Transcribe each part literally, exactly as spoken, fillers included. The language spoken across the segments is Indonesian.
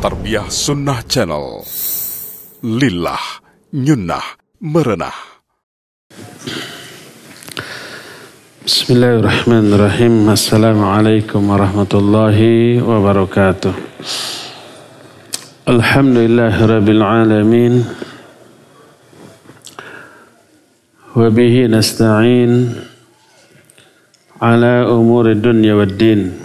Tarbiyah Sunnah Channel. Lillah, nyunnah, merenah. Bismillahirrahmanirrahim. Assalamualaikum warahmatullahi wabarakatuh. Alhamdulillahirabbil alamin. Wa bihi nasta'in ala umuri dunya waddin.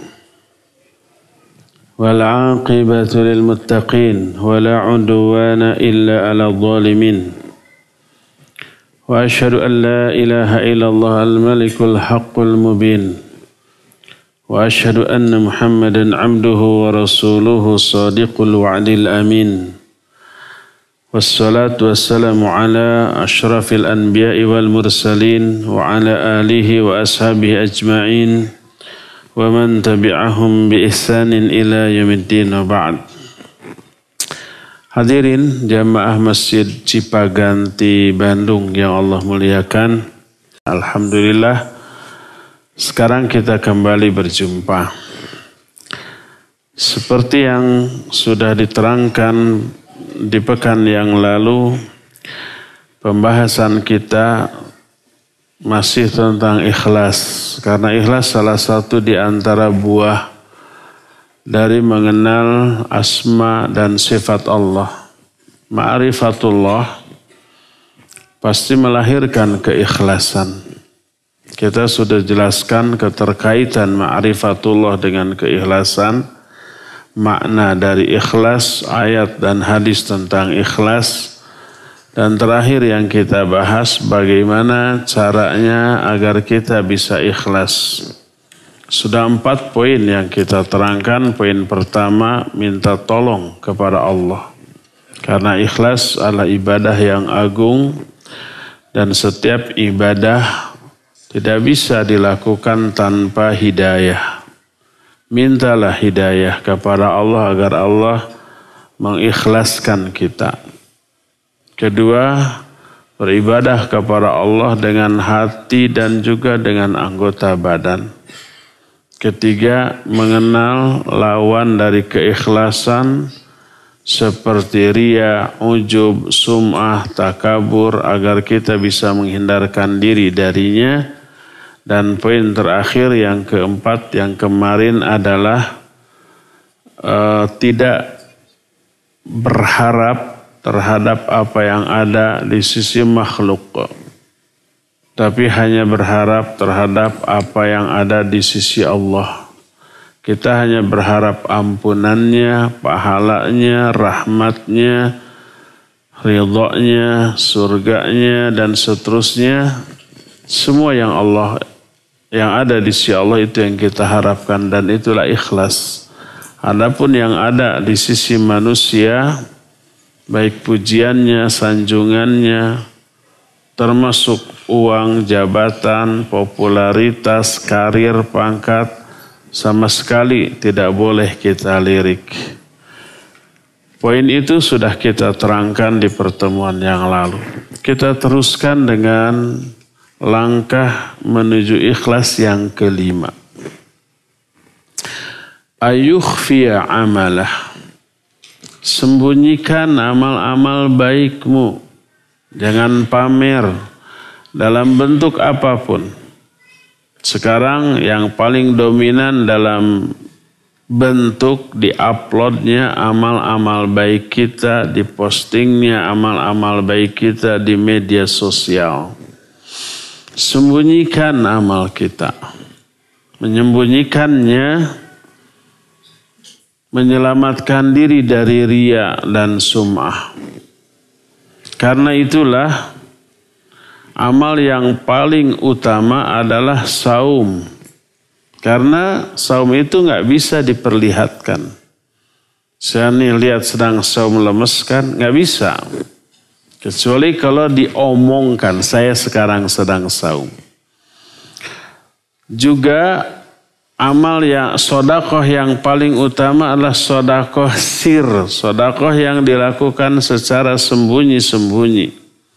Wal 'aqibatu lil muttaqin wa la 'udwana illa 'alal zalimin. Wa asyhadu an la ilaha illallah al-malikul haqqul mubin. Wa asyhadu anna Muhammadan 'abduhu wa rasuluhu shadiqul wa'dil amin. Wassalatu wassalamu ala asyrafil anbiya'i wal mursalin wa ala alihi wa ashabihi ajma'in wa man tabi'ahum bi ihsanin ila yaumiddin wa ba'd. Hadirin jamaah Masjid Cipaganti Bandung yang Allah muliakan. Alhamdulillah sekarang kita kembali berjumpa. Seperti yang sudah diterangkan di pekan yang lalu, pembahasan kita masih tentang ikhlas. Karena ikhlas salah satu di antara buah dari mengenal asma dan sifat Allah. Ma'rifatullah pasti melahirkan keikhlasan. Kita sudah jelaskan keterkaitan ma'rifatullah dengan keikhlasan. Makna dari ikhlas, ayat dan hadis tentang ikhlas. Dan terakhir yang kita bahas bagaimana caranya agar kita bisa ikhlas. Sudah empat poin yang kita terangkan. Poin pertama, minta tolong kepada Allah. Karena ikhlas adalah ibadah yang agung. Dan setiap ibadah tidak bisa dilakukan tanpa hidayah. Mintalah hidayah kepada Allah agar Allah mengikhlaskan kita. Kedua, beribadah kepada Allah dengan hati dan juga dengan anggota badan. Ketiga, mengenal lawan dari keikhlasan seperti riya, ujub, sum'ah, takabur agar kita bisa menghindarkan diri darinya. Dan poin terakhir yang keempat yang kemarin adalah uh, tidak berharap terhadap apa yang ada di sisi makhluk, tapi hanya berharap terhadap apa yang ada di sisi Allah. Kita hanya berharap ampunannya, pahalanya, rahmatnya, ridhonya, surganya, dan seterusnya. Semua yang Allah, yang ada di sisi Allah itu yang kita harapkan dan itulah ikhlas. Adapun yang ada di sisi manusia, baik pujiannya, sanjungannya, termasuk uang, jabatan, popularitas, karir, pangkat, sama sekali tidak boleh kita lirik. Poin itu sudah kita terangkan di pertemuan yang lalu. Kita teruskan dengan langkah menuju ikhlas yang kelima. Ayukhfiya amalah. Sembunyikan amal-amal baikmu. Jangan pamer dalam bentuk apapun. Sekarang yang paling dominan dalam bentuk di-uploadnya amal-amal baik kita, dipostingnya amal-amal baik kita di media sosial. Sembunyikan amal kita. Menyembunyikannya menyelamatkan diri dari riya dan sum'ah. Karena itulah amal yang paling utama adalah saum. Karena saum itu nggak bisa diperlihatkan. Saya nih lihat sedang saum lemes kan, nggak bisa. Kecuali kalau diomongkan, saya sekarang sedang saum. Juga amal yang sodakoh yang paling utama adalah sodakoh sir. Sodakoh yang dilakukan secara sembunyi-sembunyi.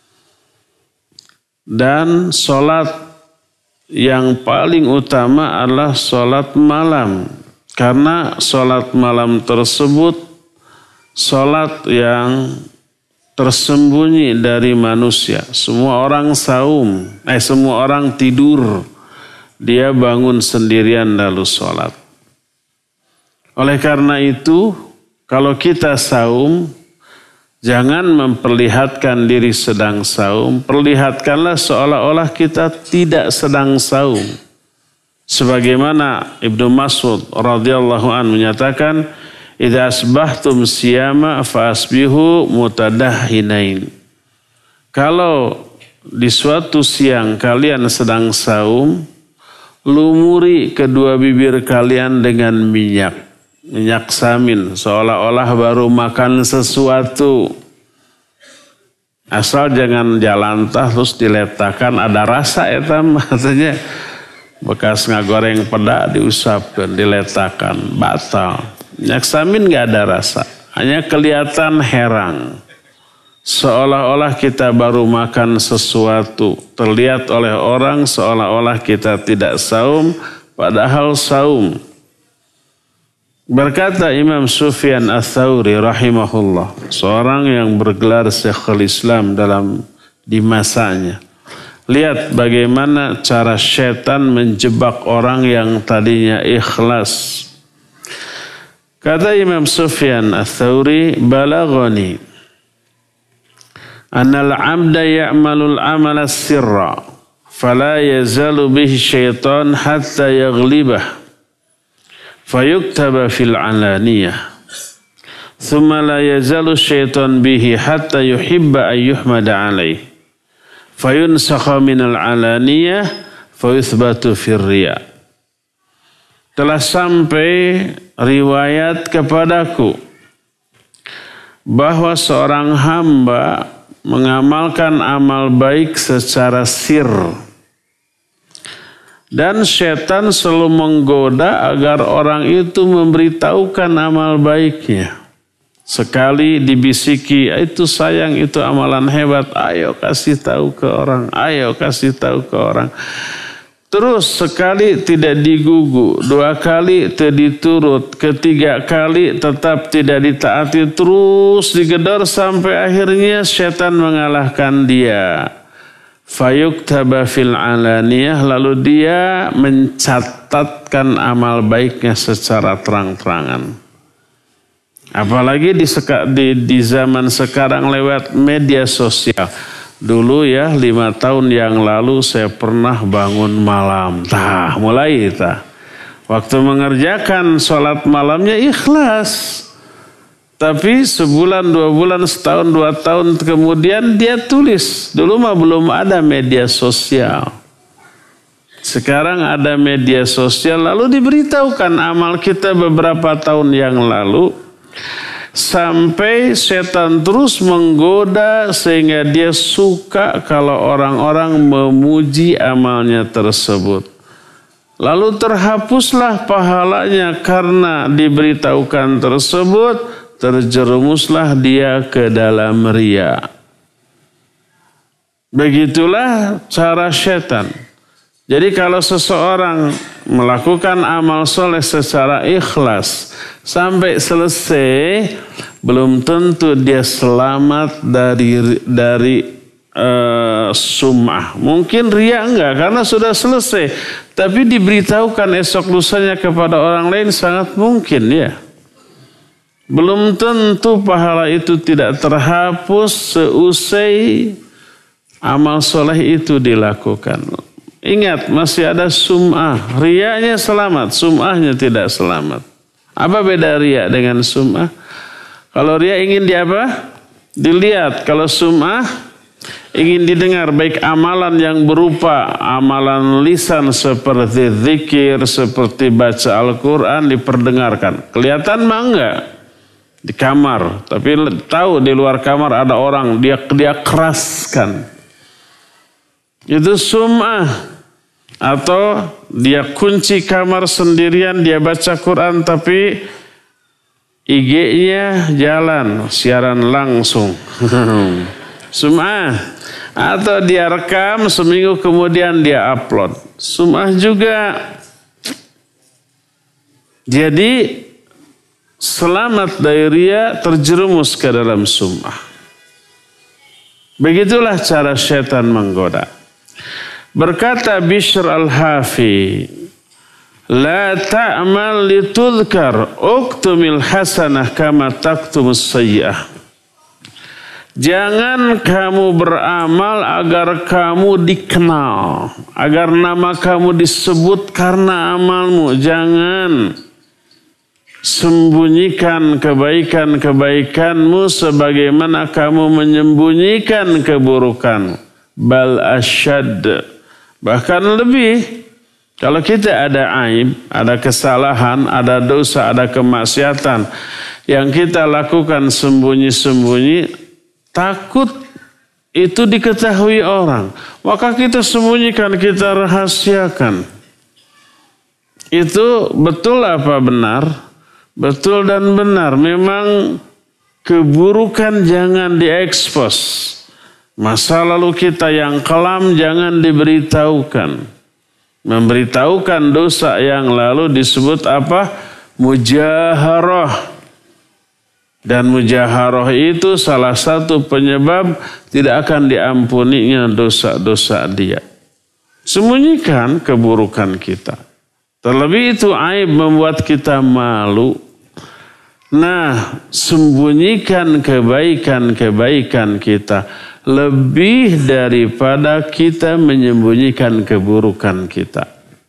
Dan solat yang paling utama adalah solat malam. Karena solat malam tersebut Salat yang tersembunyi dari manusia. Semua orang saum, eh semua orang tidur. Dia bangun sendirian lalu salat. Oleh karena itu, kalau kita saum, jangan memperlihatkan diri sedang saum, perlihatkanlah seolah-olah kita tidak sedang saum. Sebagaimana Ibnu Mas'ud radhiyallahu an menyatakan, "Idza asbahtum siyama fa asbihu mutadahhinain." Kalau di suatu siang kalian sedang saum, lumuri kedua bibir kalian dengan minyak, minyak samin, seolah-olah baru makan sesuatu. Asal jangan jalantah terus diletakkan ada rasa eta maksudnya bekas ngagoreng peda diusapkan, diletakkan, batal. Minyak samin nggak ada rasa, hanya kelihatan herang. Seolah-olah kita baru makan sesuatu, terlihat oleh orang seolah-olah kita tidak saum, padahal saum. Berkata Imam Sufyan Ats-Tsauri rahimahullah, seorang yang bergelar Syekhul Islam dalam di masanya. Lihat bagaimana cara setan menjebak orang yang tadinya ikhlas. Kata Imam Sufyan Ats-Tsauri, balaghani annal 'abda ya'malul 'amala sirra fala yazalu bihi syaitan hatta yaghlibah fayuktaba fil 'alaniyah thumma la yazalu syaitan bihi hatta yuhibba an yuhmada 'alaihi fayunsakha minal 'alaniyah fayuthbatu fir riya'. Telah sampai riwayat kepadaku bahwa seorang hamba mengamalkan amal baik secara sir dan setan selalu menggoda agar orang itu memberitahukan amal baiknya. Sekali dibisiki, itu sayang, itu amalan hebat, ayo kasih tahu ke orang, ayo kasih tahu ke orang. Terus sekali tidak digugu, dua kali tidak diturut, ketiga kali tetap tidak ditaati, terus digedor sampai akhirnya setan mengalahkan dia. Fayuktaba fil alaniyah, lalu dia mencatatkan amal baiknya secara terang-terangan. Apalagi di, di, di zaman sekarang lewat media sosial. Dulu ya lima tahun yang lalu saya pernah bangun malam. Tah mulai tah. Waktu mengerjakan sholat malamnya ikhlas. Tapi sebulan, dua bulan, setahun, dua tahun kemudian dia tulis. Dulu mah belum ada media sosial. Sekarang ada media sosial lalu diberitahukan amal kita beberapa tahun yang lalu. Sampai setan terus menggoda sehingga dia suka kalau orang-orang memuji amalnya tersebut. Lalu terhapuslah pahalanya karena diberitahukan tersebut, terjerumuslah dia ke dalam riya. Begitulah cara setan. Jadi kalau seseorang melakukan amal soleh secara ikhlas sampai selesai, belum tentu dia selamat dari dari uh, sum'ah. Mungkin riya enggak karena sudah selesai, tapi diberitahukan esok lusanya kepada orang lain sangat mungkin ya. Belum tentu pahala itu tidak terhapus seusai amal soleh itu dilakukan. Ingat, masih ada sum'ah. Riyanya selamat, sum'ahnya tidak selamat. Apa beda riya dengan sum'ah? Kalau riya ingin di apa? Dilihat. Kalau sum'ah ingin didengar, baik amalan yang berupa amalan lisan seperti zikir, seperti baca Al-Quran diperdengarkan. Kelihatan mah enggak? Di kamar. Tapi tahu di luar kamar ada orang, dia dia keraskan. Itu sum'ah. Atau dia kunci kamar sendirian, dia baca Quran tapi I G-nya jalan, siaran langsung. Sum'ah. Atau dia rekam, seminggu kemudian dia upload. Sum'ah juga. Jadi selamat dari riya, terjerumus ke dalam sum'ah. Begitulah cara syaitan menggoda. Berkata Bishr al-Hafi, la ta'mal litudhkar, uktumil hasanah kama taktumus sayyi'ah. Jangan kamu beramal agar kamu dikenal, agar nama kamu disebut karena amalmu. Jangan sembunyikan kebaikan-kebaikanmu sebagaimana kamu menyembunyikan keburukan. Bal asyad, bahkan lebih. Kalau kita ada aib, ada kesalahan, ada dosa, ada kemaksiatan yang kita lakukan sembunyi-sembunyi, takut itu diketahui orang, maka kita sembunyikan, kita rahasiakan. Itu betul apa benar? Betul dan benar. Memang keburukan jangan diekspos. Masa lalu kita yang kelam jangan diberitahukan. Memberitahukan dosa yang lalu disebut apa? Mujaharah. Dan mujaharah itu salah satu penyebab tidak akan diampuninya dosa-dosa dia. Sembunyikan keburukan kita. Terlebih itu aib membuat kita malu. Nah, sembunyikan kebaikan-kebaikan kita lebih daripada kita menyembunyikan keburukan kita.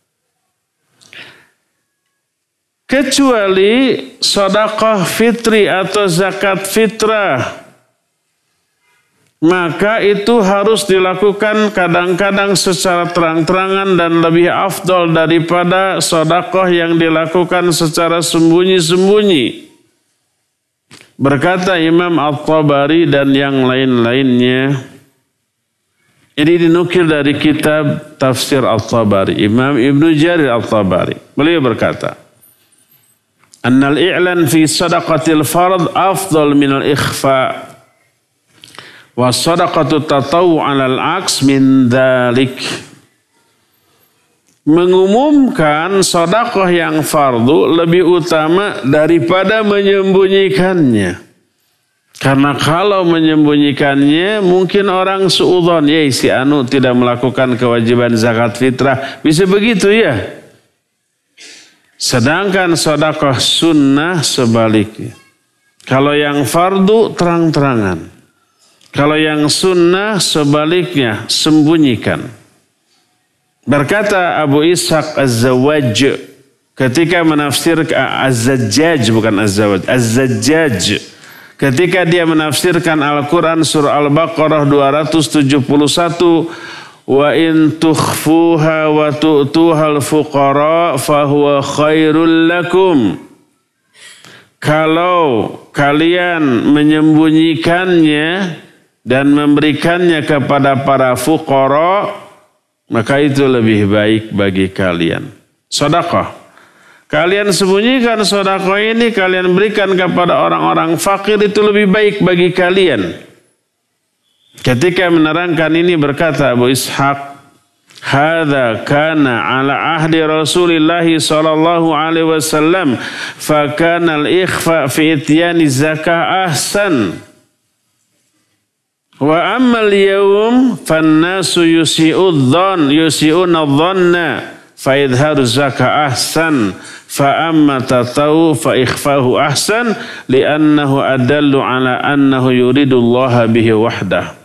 Kecuali sedekah fitri atau zakat fitrah, maka itu harus dilakukan kadang-kadang secara terang-terangan dan lebih afdol daripada sedekah yang dilakukan secara sembunyi-sembunyi. Berkata Imam At-Tabari dan yang lain-lainnya, ini dinukil dari kitab Tafsir At-Tabari, Imam Ibnu Jarir At-Tabari. Beliau berkata, Annal i'lan fi sadaqatil fard afdal minal ikhfa, wa sadaqatu tatawu alal aks min dhalik. Mengumumkan sedekah yang fardu lebih utama daripada menyembunyikannya. Karena kalau menyembunyikannya mungkin orang suudzon, ya si anu tidak melakukan kewajiban zakat fitrah, bisa begitu ya. Sedangkan sedekah sunnah sebaliknya. Kalau yang fardu terang-terangan. Kalau yang sunnah sebaliknya sembunyikan. Berkata Abu Ishaq Az-Zawwaj ketika menafsirkan Az-Zajjaj, bukan Az-Zawwaj, Az-Zajjaj ketika dia menafsirkan Al-Quran surah Al-Baqarah dua ratus tujuh puluh satu, wa in tukhfuha wa tu'tuhal fuqara fahuwa khairul lakum. Kalau kalian menyembunyikannya dan memberikannya kepada para fuqara, maka itu lebih baik bagi kalian. Sedekah. Kalian sembunyikan sedekah ini, kalian berikan kepada orang-orang fakir, itu lebih baik bagi kalian. Ketika menerangkan ini berkata Abu Ishaq, hadza kana ala ahdi Rasulillah sallallahu alaihi wasallam, fa kana al-ikhfa fi ityani zakah ahsan. Wa ammal yawm fannasu yusi'udh-dhann yusi'una dhanna fa idharu zakah ahsan fa amma tatawu fa ikhfahu ahsan li'annahu adallu ala annahu yuridullaha bihi wahdah.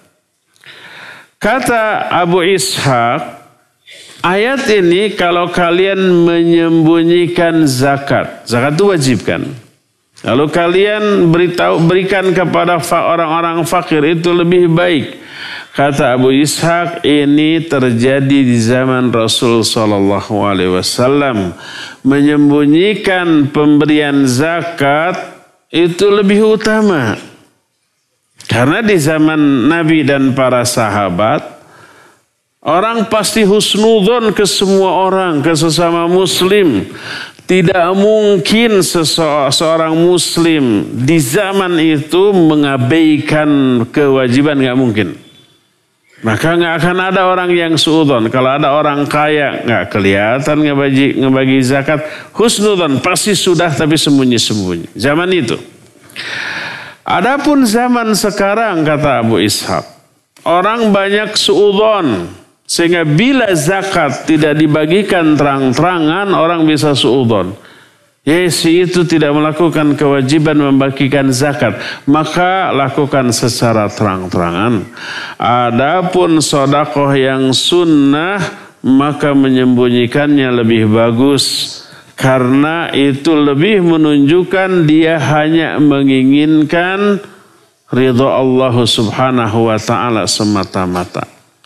Kata Abu Ishaq, ayat ini kalau kalian menyembunyikan zakat, zakat itu wajib kan? Lalu kalian beritahu, berikan kepada orang-orang fakir, itu lebih baik. Kata Abu Ishaq, ini terjadi di zaman Rasul Sallallahu Alaihi Wasallam. Menyembunyikan pemberian zakat itu lebih utama. Karena di zaman Nabi dan para sahabat, orang pasti husnudzon ke semua orang, ke sesama muslim. Tidak mungkin seseorang muslim di zaman itu mengabaikan kewajiban, nggak mungkin. Maka nggak akan ada orang yang suudzon. Kalau ada orang kaya nggak kelihatan ngebagi, ngebagi zakat, husnudzon pasti sudah tapi sembunyi-sembunyi. Zaman itu. Adapun zaman sekarang kata Abu Ishaq, orang banyak suudzon sehingga bila zakat tidak dibagikan terang-terangan orang bisa suudzon. Ya, si itu tidak melakukan kewajiban membagikan zakat, maka lakukan secara terang-terangan. Adapun sedekah yang sunnah, maka menyembunyikannya lebih bagus. Karena itu lebih menunjukkan dia hanya menginginkan ridha Allah subhanahu wa ta'ala semata-mata.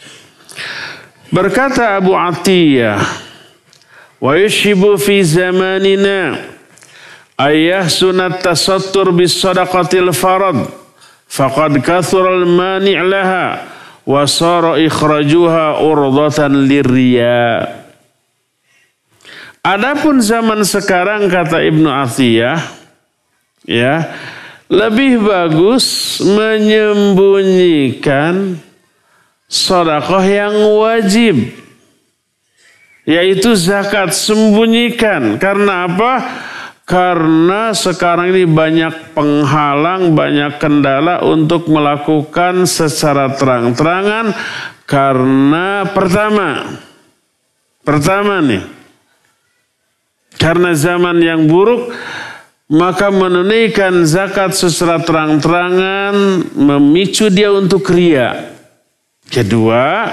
Berkata Abu Atiyah, wa yushibu fi zamanina ayah sunat tasattur bis sadaqatil farad faqad kathura al mani' laha wa sara ikhrajuha urdatan lirriya. Adapun zaman sekarang kata Ibnu Athiyah, ya, lebih bagus menyembunyikan sedekah yang wajib, yaitu zakat, sembunyikan. Karena apa? Karena sekarang ini banyak penghalang, banyak kendala untuk melakukan secara terang-terangan. Karena pertama, pertama nih, karena zaman yang buruk, maka menunaikan zakat secara terang-terangan memicu dia untuk riya. Kedua,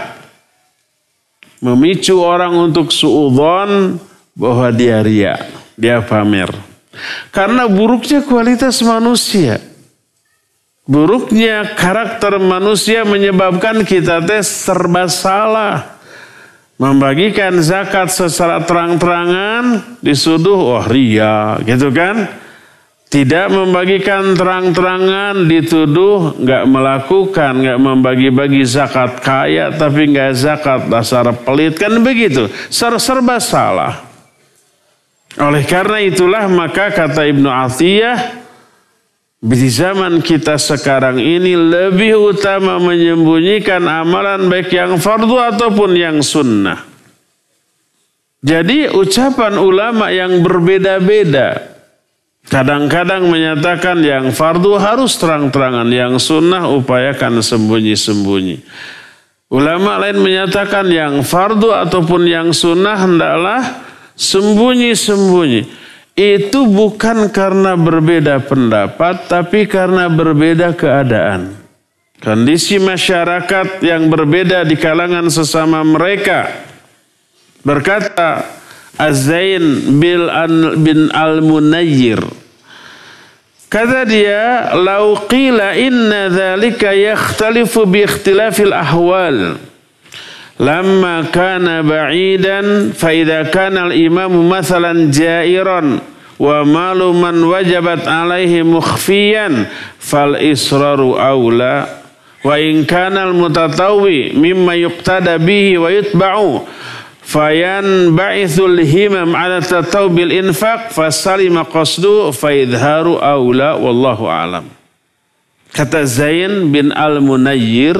memicu orang untuk suudzon bahwa dia riya, dia pamer. Karena buruknya kualitas manusia, buruknya karakter manusia menyebabkan kita teh serba salah. Membagikan zakat secara terang-terangan disuduh wah riya, gitu kan? Tidak membagikan terang-terangan dituduh nggak melakukan, nggak membagi-bagi zakat kaya tapi nggak zakat, dasar pelit, kan begitu? Serba salah. Oleh karena itulah maka kata Ibnu Athiyah, di zaman kita sekarang ini lebih utama menyembunyikan amalan baik yang fardu ataupun yang sunnah. Jadi ucapan ulama yang berbeda-beda. Kadang-kadang menyatakan yang fardu harus terang-terangan, yang sunnah upayakan sembunyi-sembunyi. Ulama lain menyatakan yang fardu ataupun yang sunnah hendaklah sembunyi-sembunyi. Itu bukan karena berbeda pendapat, tapi karena berbeda keadaan. Kondisi masyarakat yang berbeda di kalangan sesama mereka. Berkata Az-Zain bin Al-Munayyir, kata dia, "Lau qila inna dzalika yakhtalifu bi ikhtilafil ahwal. Lamma kana ba'idan fa idza kana al-imamu mathalan ja'iran wa malu man wajabat alaihi mukhfiyan fal israru aula wa in kana al-mutatawwi mimma yuqtada bihi wa yutba'u fayan ba'ithul himam ala tatawbil infaq fasalima qasdu fa idharu aula wallahu a'lam." Kata Zain bin Al-Munayyir,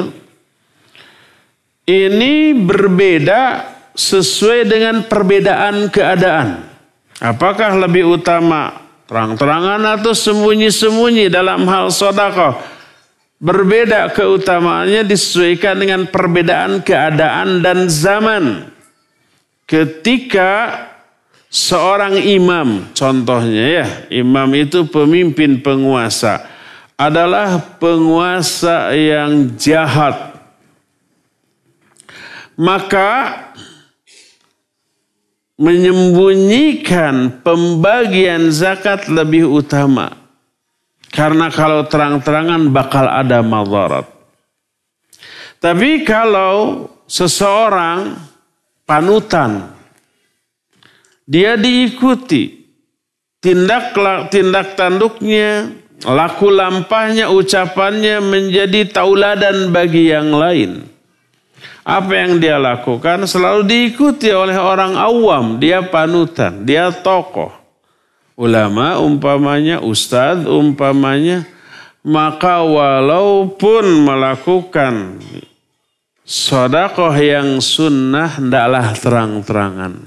ini berbeda sesuai dengan perbedaan keadaan. Apakah lebih utama terang-terangan atau sembunyi-sembunyi dalam hal sedekah? Berbeda keutamaannya disesuaikan dengan perbedaan keadaan dan zaman. Ketika seorang imam, contohnya ya, imam itu pemimpin penguasa, adalah penguasa yang jahat, maka menyembunyikan pembagian zakat lebih utama. Karena kalau terang-terangan bakal ada madarat. Tapi kalau seseorang panutan, dia diikuti, tindak tindak tanduknya, laku lampahnya, ucapannya menjadi tauladan bagi yang lain. Apa yang dia lakukan selalu diikuti oleh orang awam. Dia panutan, dia tokoh. Ulama umpamanya, ustadz umpamanya. Maka walaupun melakukan Sedekah yang sunnah hendaklah terang-terangan.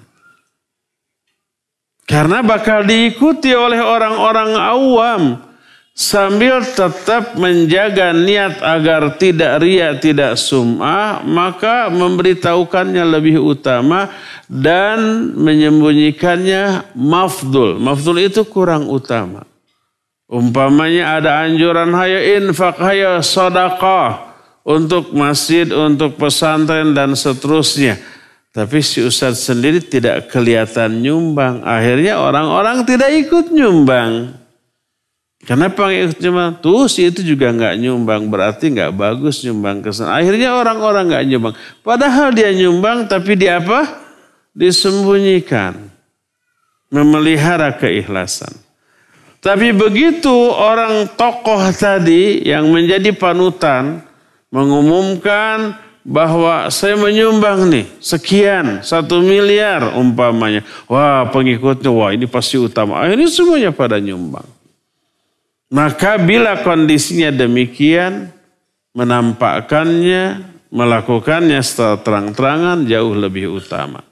Karena bakal diikuti oleh orang-orang awam. Sambil tetap menjaga niat agar tidak riya, tidak sum'ah, maka memberitahukannya lebih utama dan menyembunyikannya mafdul. Mafdul itu kurang utama. Umpamanya ada anjuran haya infak, haya sedekah untuk masjid, untuk pesantren dan seterusnya. Tapi si ustadz sendiri tidak kelihatan nyumbang. Akhirnya orang-orang tidak ikut nyumbang. Kenapa nggak ikut nyumbang? Tuh si itu juga nggak nyumbang, berarti nggak bagus nyumbang ke sana. Akhirnya orang-orang nggak nyumbang. Padahal dia nyumbang, tapi dia apa? Disembunyikan. Memelihara keikhlasan. Tapi begitu orang tokoh tadi yang menjadi panutan mengumumkan bahwa saya menyumbang nih sekian, satu miliar umpamanya. Wah pengikutnya, wah ini pasti utama. Akhirnya semuanya pada nyumbang. Maka bila kondisinya demikian, menampakkannya, melakukannya secara terang-terangan jauh lebih utama.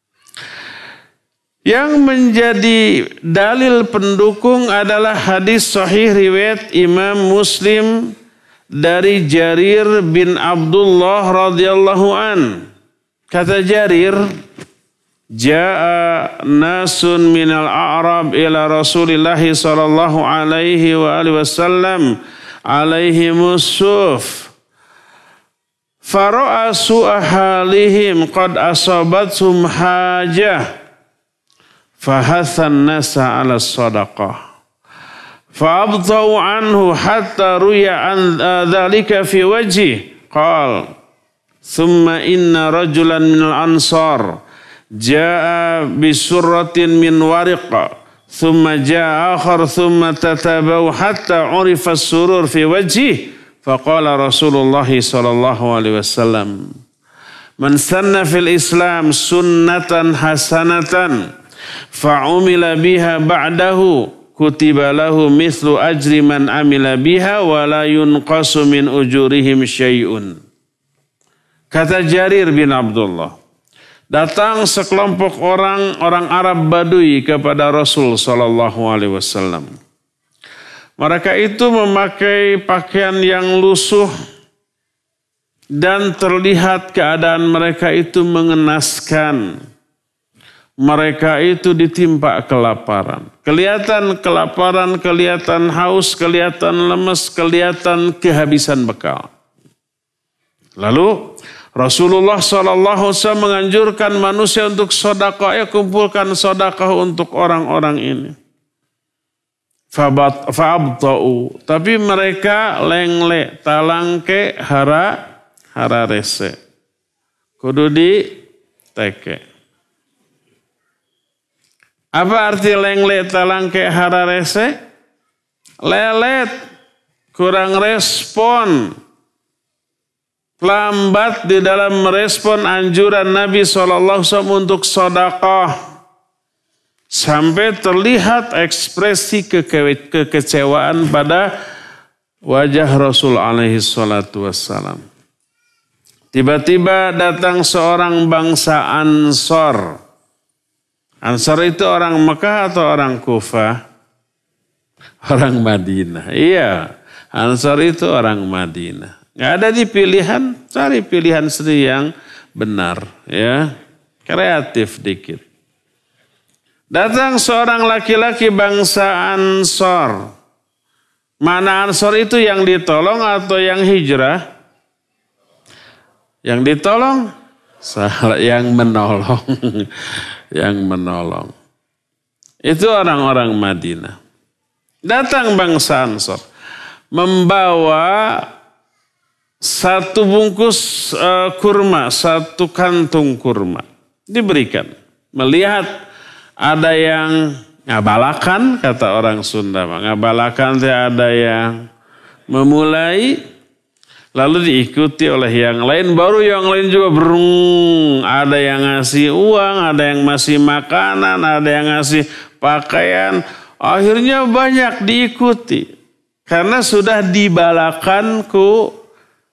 Yang menjadi dalil pendukung adalah hadis sahih riwayat Imam Muslim dari Jarir bin Abdullah radhiyallahu an. Kata Jarir, Ja'a nasun minal a'rab ila Rasulillahi sallallahu alaihi wa alihi wasallam alaihi musuf. Fara'a su'a halihim qad asabathum hajah. Fahathan nasa ala sadaqah. Fa'abtau anhu hatta ruya an dhalika fi wajhi. Qal, thumma inna rajulan minal ansar Ja'a bisurratin min wariqa thumma ja'a akhar thumma tatabau hatta urifa surur fi wajhi faqala Rasulullah sallallahu alaihi wasallam man sanna fil Islam sunnatan hasanatan fa'umila biha ba'dahu kutiba lahu mithlu ajri man amila biha wa la yunqasu min ujurihim syai'un. Kata Jarir bin Abdullah, datang sekelompok orang orang Arab Badui kepada Rasul sallallahu alaihi wasallam. Mereka itu memakai pakaian yang lusuh dan terlihat keadaan mereka itu mengenaskan. Mereka itu ditimpa kelaparan. Kelihatan kelaparan, kelihatan haus, kelihatan lemes, kelihatan kehabisan bekal. Lalu Rasulullah shallallahu alaihi wasallam menganjurkan manusia untuk sedekah, ya kumpulkan sedekah untuk orang-orang ini. Fa'abta'u, tapi mereka lengle, talangke, hara, hara rese. Kudu di teke. Apa arti lengle, talangke, hara rese? Lelet, kurang respon. Lambat di dalam merespon anjuran Nabi shallallahu alaihi wasallam untuk sedekah. Sampai terlihat ekspresi keke- kekecewaan pada wajah Rasul alaihi salatu wassalam. Tiba-tiba datang seorang bangsa Ansor. Ansor itu orang Mekah atau orang Kufah? Orang Madinah. Iya, Ansor itu orang Madinah. Nggak ada di pilihan, cari pilihan sendiri yang benar, ya, kreatif dikit. Datang seorang laki-laki bangsa Ansor. Mana Ansor itu yang ditolong atau yang hijrah? Yang ditolong, salah, yang menolong, yang menolong. Itu orang-orang Madinah. Datang bangsa Ansor, membawa satu bungkus uh, kurma, satu kantung kurma. Diberikan. Melihat ada yang ngabalakan, kata orang Sunda. Ngabalakan ada yang memulai, lalu diikuti oleh yang lain. Baru yang lain juga berung. Ada yang ngasih uang, ada yang masih makanan, ada yang ngasih pakaian. Akhirnya banyak diikuti. Karena sudah dibalakan ku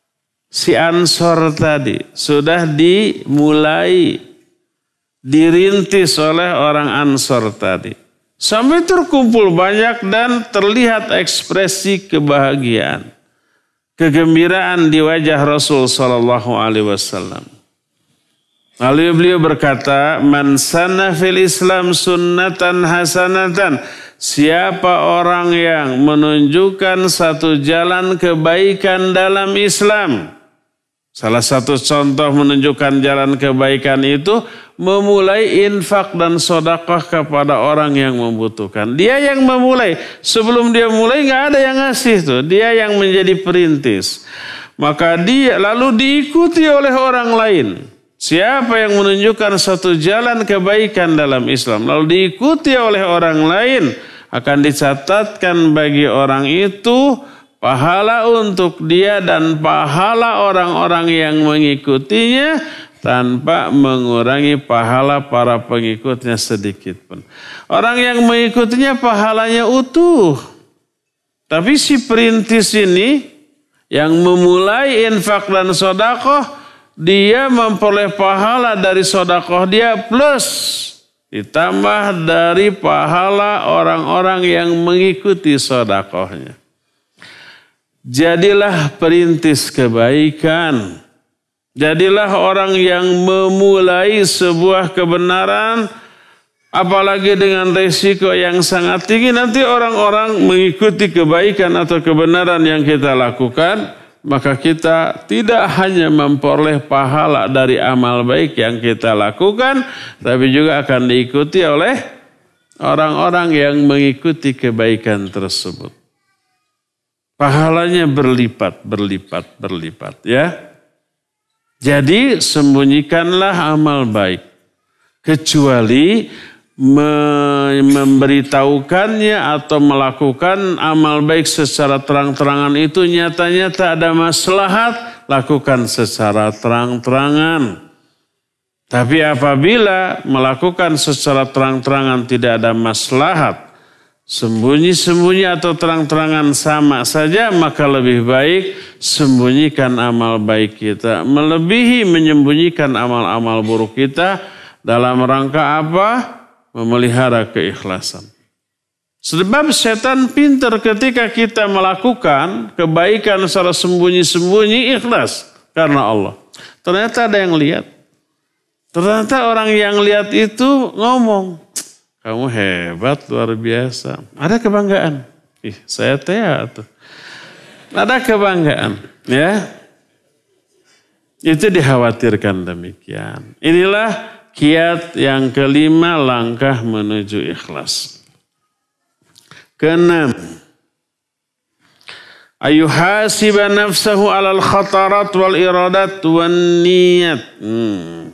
si Ansor tadi sudah dimulai dirintis oleh orang Ansor tadi. Sampai terkumpul banyak dan terlihat ekspresi kebahagiaan, kegembiraan di wajah Rasul sallallahu alaihi wasallam. Lalu beliau berkata, "Man sanna fil Islam sunnatan hasanatan." Siapa orang yang menunjukkan satu jalan kebaikan dalam Islam. Salah satu contoh menunjukkan jalan kebaikan itu memulai infak dan sedekah kepada orang yang membutuhkan. Dia yang memulai. Sebelum dia mulai nggak ada yang ngasih tuh. Dia yang menjadi perintis. Maka dia lalu diikuti oleh orang lain. Siapa yang menunjukkan satu jalan kebaikan dalam Islam lalu diikuti oleh orang lain, akan dicatatkan bagi orang itu pahala untuk dia dan pahala orang-orang yang mengikutinya tanpa mengurangi pahala para pengikutnya sedikit pun. Orang yang mengikutinya pahalanya utuh. Tapi si perintis ini yang memulai infak dan sedekah, dia memperoleh pahala dari sedekah dia plus ditambah dari pahala orang-orang yang mengikuti sedekahnya. Jadilah perintis kebaikan. Jadilah orang yang memulai sebuah kebenaran, apalagi dengan resiko yang sangat tinggi. Nanti orang-orang mengikuti kebaikan atau kebenaran yang kita lakukan, maka kita tidak hanya memperoleh pahala dari amal baik yang kita lakukan, tapi juga akan diikuti oleh orang-orang yang mengikuti kebaikan tersebut. Pahalanya berlipat, berlipat, berlipat ya. Jadi sembunyikanlah amal baik. Kecuali memberitahukannya atau melakukan amal baik secara terang-terangan itu nyatanya tak ada maslahat, lakukan secara terang-terangan. Tapi apabila melakukan secara terang-terangan tidak ada maslahat, sembunyi-sembunyi atau terang-terangan sama saja, maka lebih baik sembunyikan amal baik kita. Melebihi menyembunyikan amal-amal buruk kita dalam rangka apa? Memelihara keikhlasan. Sebab setan pintar ketika kita melakukan kebaikan secara sembunyi-sembunyi, ikhlas karena Allah. Ternyata ada yang lihat. Ternyata orang yang lihat itu ngomong, "Kamu hebat, luar biasa." Ada kebanggaan. Ih, saya teh tuh. Ada kebanggaan, ya. Itu dikhawatirkan demikian. Inilah kiat yang kelima, langkah menuju ikhlas. Keenam, ayuhasiba nafsahu alal khatarat wal iradat wan niyat. Hmm.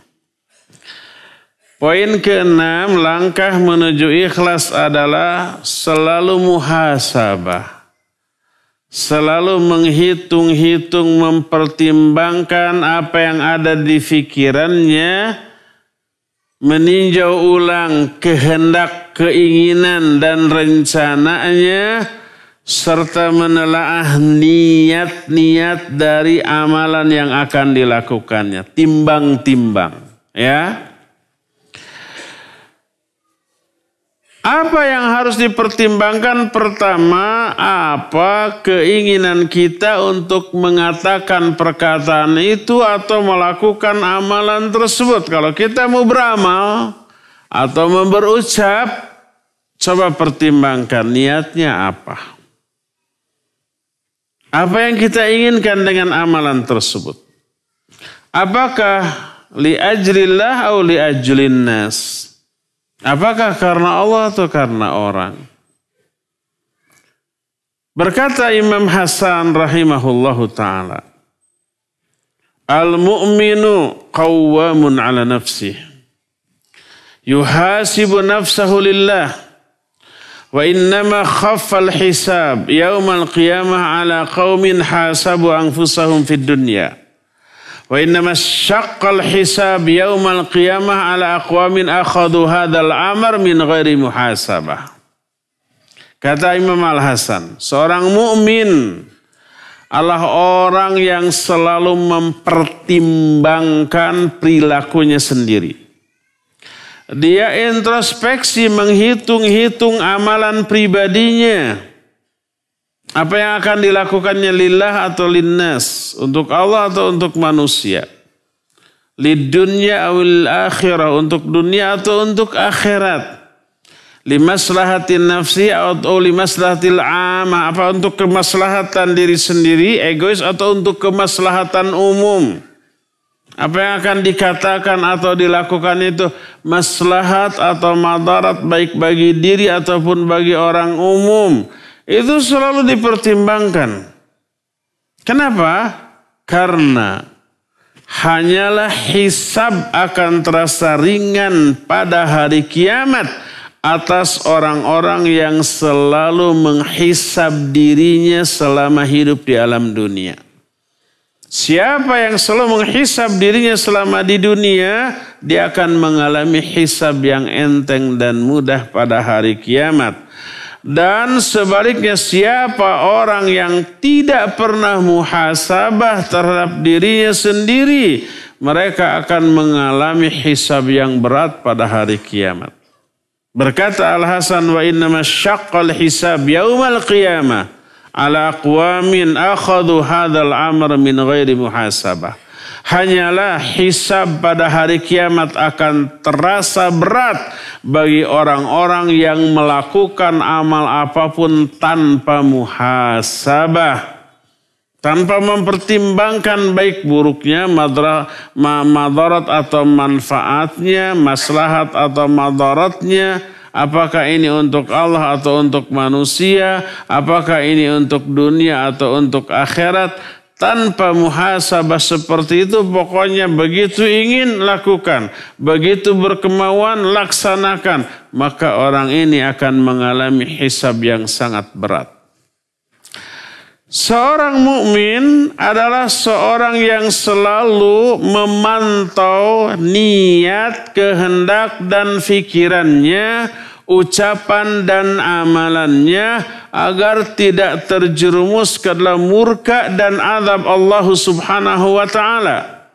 Poin keenam, langkah menuju ikhlas adalah selalu muhasabah. Selalu menghitung-hitung, mempertimbangkan apa yang ada di pikirannya, meninjau ulang kehendak, keinginan dan rencananya, serta menelaah niat-niat dari amalan yang akan dilakukannya. Timbang-timbang, ya. Apa yang harus dipertimbangkan? Pertama, apa keinginan kita untuk mengatakan perkataan itu atau melakukan amalan tersebut. Kalau kita mau beramal atau mau berucap, coba pertimbangkan niatnya apa. Apa yang kita inginkan dengan amalan tersebut? Apakah li ajlillah atau li ajlin nas? Apakah karena Allah atau karena orang? Berkata Imam Hasan rahimahullahu ta'ala, Al-mu'minu qawwamun ala nafsih, yuhasibu nafsahu lillah, wa innama khaffal hisab yawmal qiyamah ala qawmin hasabu anfusahum fid dunya. Wa innama syaqqal hisab yaumal qiyamah ala aqwamin akhadhu hadzal amr min ghairi muhasabah. Kata Imam Al-Hasan, seorang mukmin adalah orang yang selalu mempertimbangkan perilakunya sendiri. Dia introspeksi, menghitung-hitung amalan pribadinya. Apa yang akan dilakukannya lillah atau linnas, untuk Allah atau untuk manusia. Lidunya awil akhirah, untuk dunia atau untuk akhirat. Limaslahatin nafsi atau limaslahatil amah, apa untuk kemaslahatan diri sendiri, egois, atau untuk kemaslahatan umum. Apa yang akan dikatakan atau dilakukan itu maslahat atau madarat baik bagi diri ataupun bagi orang umum. Itu selalu dipertimbangkan. Kenapa? Karena hanyalah hisab akan terasa ringan pada hari kiamat atas orang-orang yang selalu menghisab dirinya selama hidup di alam dunia. Siapa yang selalu menghisab dirinya selama di dunia, dia akan mengalami hisab yang enteng dan mudah pada hari kiamat. Dan sebaliknya, siapa orang yang tidak pernah muhasabah terhadap dirinya sendiri, mereka akan mengalami hisab yang berat pada hari kiamat. Berkata Al-Hasan, wa innama syaqqal hisab yaumal qiyamah ala aqwamin akhadhu hadzal amr min ghairi muhasabah. Hanyalah hisab pada hari kiamat akan terasa berat bagi orang-orang yang melakukan amal apapun tanpa muhasabah. Tanpa mempertimbangkan baik buruknya, madarat atau manfaatnya, maslahat atau madaratnya, apakah ini untuk Allah atau untuk manusia, apakah ini untuk dunia atau untuk akhirat. Tanpa muhasabah seperti itu, pokoknya begitu ingin lakukan, begitu berkemauan laksanakan, maka orang ini akan mengalami hisab yang sangat berat. Seorang mukmin adalah seorang yang selalu memantau niat, kehendak dan fikirannya, ucapan dan amalannya agar tidak terjerumus ke dalam murka dan azab Allah Subhanahu wa taala.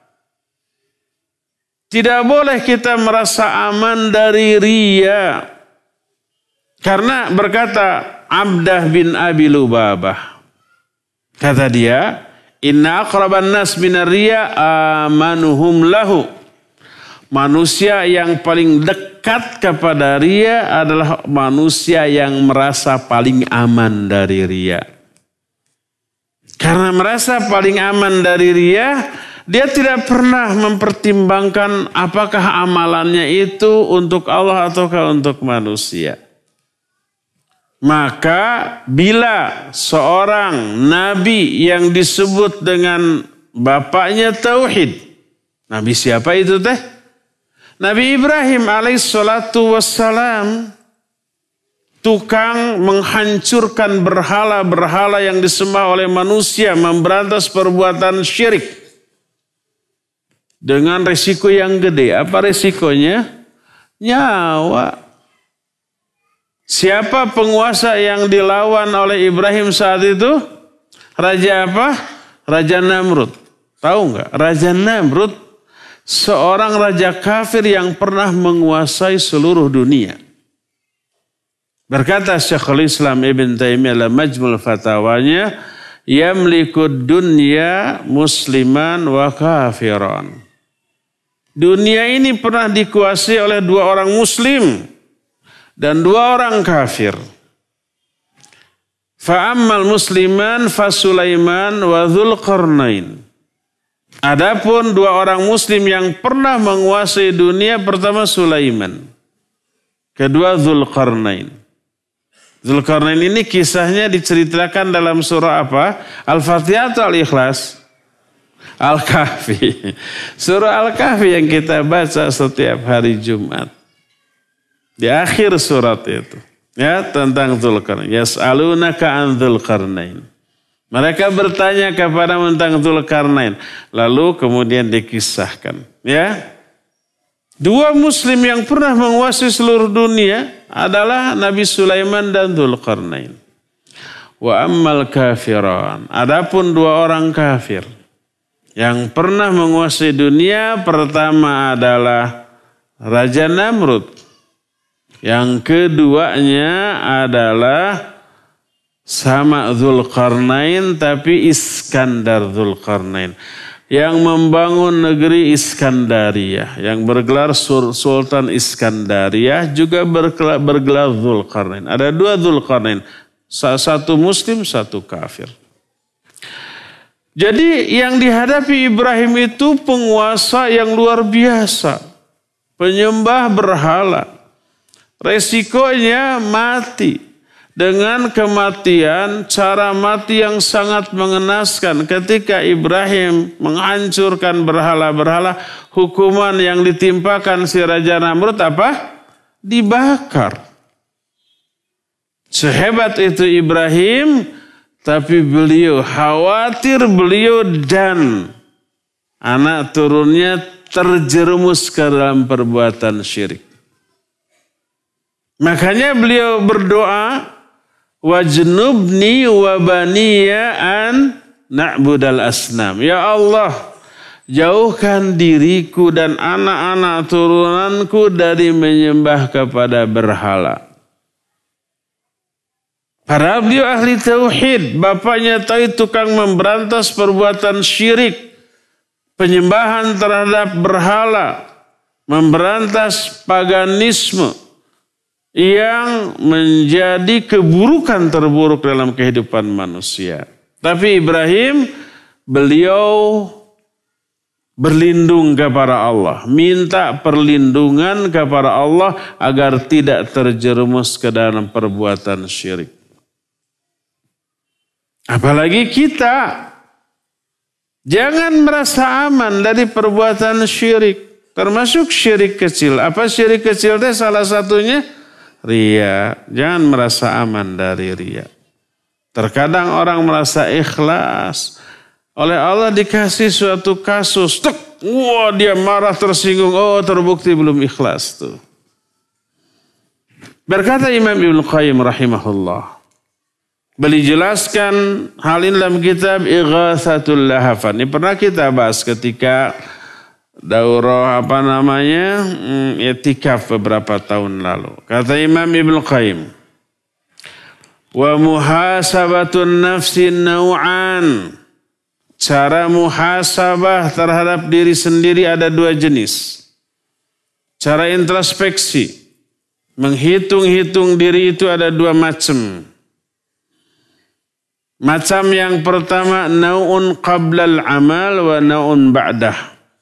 Tidak boleh kita merasa aman dari riya. Karena berkata Abdah bin Abi Lubabah, kata dia, inna aqraban nas minar riya amanuhum lahu. Manusia yang paling dekat kepada riya adalah manusia yang merasa paling aman dari riya. Karena merasa paling aman dari riya, dia tidak pernah mempertimbangkan apakah amalannya itu untuk Allah ataukah untuk manusia. Maka bila seorang nabi yang disebut dengan bapaknya tauhid, nabi siapa itu teh? Nabi Ibrahim alaihissalatu wassalam, tukang menghancurkan berhala-berhala yang disembah oleh manusia, memberantas perbuatan syirik dengan resiko yang gede. Apa resikonya? Nyawa. Siapa penguasa yang dilawan oleh Ibrahim saat itu? Raja apa? Raja Namrud. Tahu nggak? Raja Namrud seorang raja kafir yang pernah menguasai seluruh dunia. Berkata Syekhul Islam Ibn Taimiyah dalam Majmul Fatawanya, yamlikud dunya musliman wa kafiran. Dunia ini pernah dikuasai oleh dua orang muslim dan dua orang kafir. Fa'ammal musliman fa Sulaiman wa Dzulqarnain. Adapun dua orang muslim yang pernah menguasai dunia, pertama Sulaiman, kedua Dzulqarnain. Dzulqarnain ini kisahnya diceritakan dalam surah apa? Al-Fatihah atau Al-Ikhlas? Al-Kahfi. Surah Al-Kahfi yang kita baca setiap hari Jumat. Di akhir surat itu, ya, tentang Dzulqarnain. Yas'alunaka an Dzulqarnain. Mereka bertanya kepada tentang Dzulqarnain. Lalu kemudian dikisahkan, ya. Dua muslim yang pernah menguasai seluruh dunia adalah Nabi Sulaiman dan Dzulqarnain. Wa ammal kafiran. Adapun dua orang kafir yang pernah menguasai dunia, pertama adalah Raja Namrud. Yang keduanya adalah sama Dzulqarnain tapi Iskandar Dzulqarnain. Yang membangun negeri Iskandaria, yang bergelar Sultan Iskandaria, juga bergelar, bergelar Dzulqarnain. Ada dua Dzulqarnain, satu muslim, satu kafir. Jadi yang dihadapi Ibrahim itu penguasa yang luar biasa, penyembah berhala. Resikonya mati. Dengan kematian, cara mati yang sangat mengenaskan. Ketika Ibrahim menghancurkan berhala-berhala, hukuman yang ditimpakan si Raja Namrud apa? Dibakar. Sehebat itu Ibrahim, tapi beliau khawatir beliau dan anak turunnya terjerumus ke dalam perbuatan syirik. Makanya beliau berdoa, wajnubni wa baniya an na'budal asnam. Ya Allah, jauhkan diriku dan anak-anak turunanku dari menyembah kepada berhala. Padahal beliau ahli tauhid, bapaknya tahu tukang memberantas perbuatan syirik, penyembahan terhadap berhala, memberantas paganisme yang menjadi keburukan terburuk dalam kehidupan manusia. Tapi Ibrahim, beliau berlindung kepada Allah, minta perlindungan kepada Allah agar tidak terjerumus ke dalam perbuatan syirik. Apalagi kita, jangan merasa aman dari perbuatan syirik, termasuk syirik kecil. Apa syirik kecil itu? Salah satunya ria. Jangan merasa aman dari ria. Terkadang orang merasa ikhlas. Oleh Allah dikasih suatu kasus. Tuk, wah dia marah, tersinggung. Oh terbukti belum ikhlas tuh. Berkata Imam Ibnu Qayyim rahimahullah. Beliau jelaskan hal ini dalam kitab Ighatsatul Lahafan. Ini pernah kita bahas ketika daurah apa namanya i'tikaf beberapa tahun lalu. Kata Imam Ibnu Qayyim, wa muhasabatun nafsi naw'an. Cara muhasabah terhadap diri sendiri ada dua jenis. Cara introspeksi, menghitung-hitung diri itu ada dua macam. Macam yang pertama, nau'un qablal amal wa nau'un ba'dah.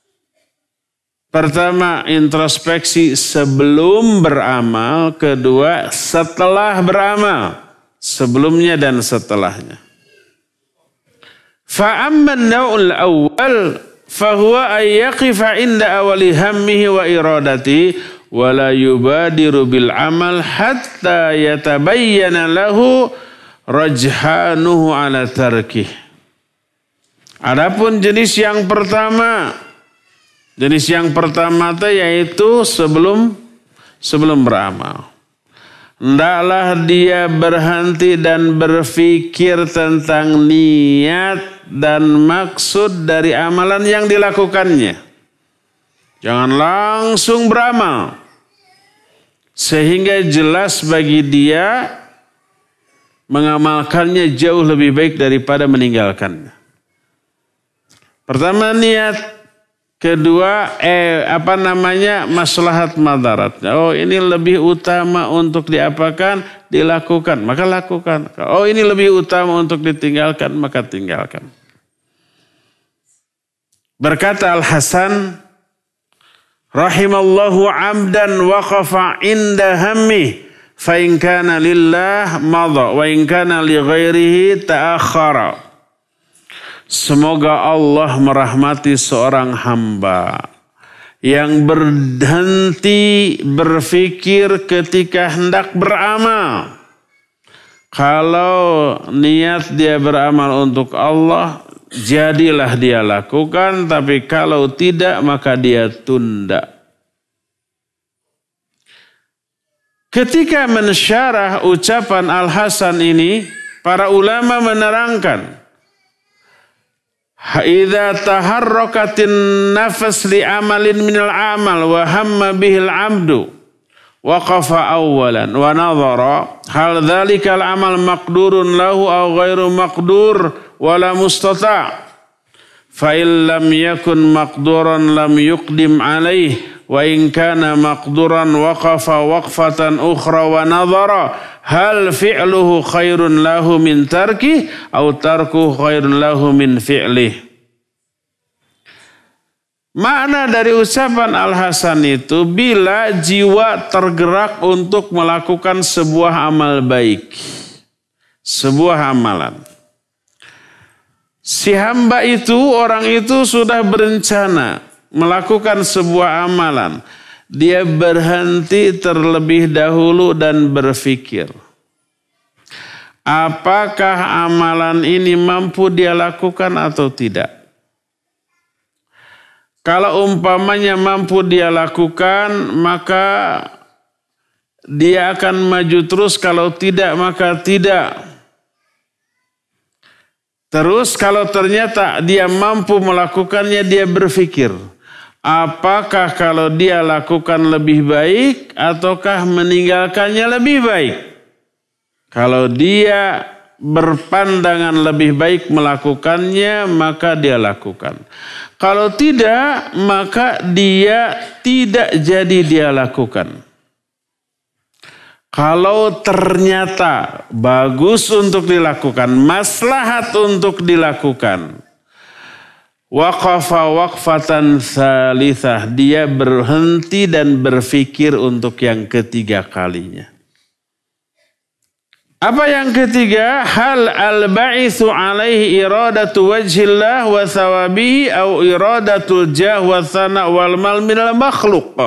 Pertama, introspeksi sebelum beramal. Kedua, setelah beramal. Sebelumnya dan setelahnya. Fa'amman nau'ul awal, fahuwa ayyaqifa inda awali hammihi wa iradati, wa la yubadiru bil amal hatta yatabayyana lahu rajhanuhu ala tarkih. Adapun jenis yang pertama, jenis yang pertama itu yaitu sebelum sebelum beramal. Hendaklah dia berhenti dan berfikir tentang niat dan maksud dari amalan yang dilakukannya. Jangan langsung beramal. Sehingga jelas bagi dia mengamalkannya jauh lebih baik daripada meninggalkannya. Pertama niat. Kedua, eh apa namanya maslahat madaratnya. Oh ini lebih utama untuk diapakan, dilakukan, maka lakukan. Oh ini lebih utama untuk ditinggalkan, maka tinggalkan. Berkata Al-Hasan, rahimallahu amdan waqafa inda hammi, fa in kana lillah madha, wa in kana li ghairihi ta'akhkhara. Semoga Allah merahmati seorang hamba yang berhenti berfikir ketika hendak beramal. Kalau niat dia beramal untuk Allah, jadilah dia lakukan. Tapi kalau tidak, maka dia tunda. Ketika mensyarah ucapan Al-Hasan ini, Para ulama menerangkan, idza taharrakatin nafas li amalin minal amal wa hamma bihil abdu waqafa awwalan wa nadhara hal dhalikal amal maqdurun lahu aw ghairu maqdur wala mustata' fa in lam yakun maqduran lam yuqdim alaih wa in kana maqduran waqafa waqfatan ukhra wa nadhara hal fi'luhu khairun lahu min tarki aw tarku khairun lahu min fi'lih. Makna dari ucapan Al-Hasan itu, bila jiwa tergerak untuk melakukan sebuah amal baik, sebuah amalan. Si hamba itu, orang itu sudah berencana melakukan sebuah amalan. Dia berhenti terlebih dahulu dan berpikir, apakah amalan ini mampu dia lakukan atau tidak? Kalau umpamanya mampu dia lakukan, maka dia akan maju terus. Kalau tidak, maka tidak. Terus kalau ternyata dia mampu melakukannya, dia berpikir, apakah kalau dia lakukan lebih baik ataukah meninggalkannya lebih baik? Kalau dia berpandangan lebih baik melakukannya, maka dia lakukan. Kalau tidak, maka dia tidak jadi dia lakukan. Kalau ternyata bagus untuk dilakukan, maslahat untuk dilakukan, waqafa waqfatan tsalitsah, dia berhenti dan berpikir untuk yang ketiga kalinya. Apa yang ketiga? Hal al-ba'itsu alaihi iradatu wajhillah wa thawabihi au iradatul jah wa thana wal mal minal makhluk.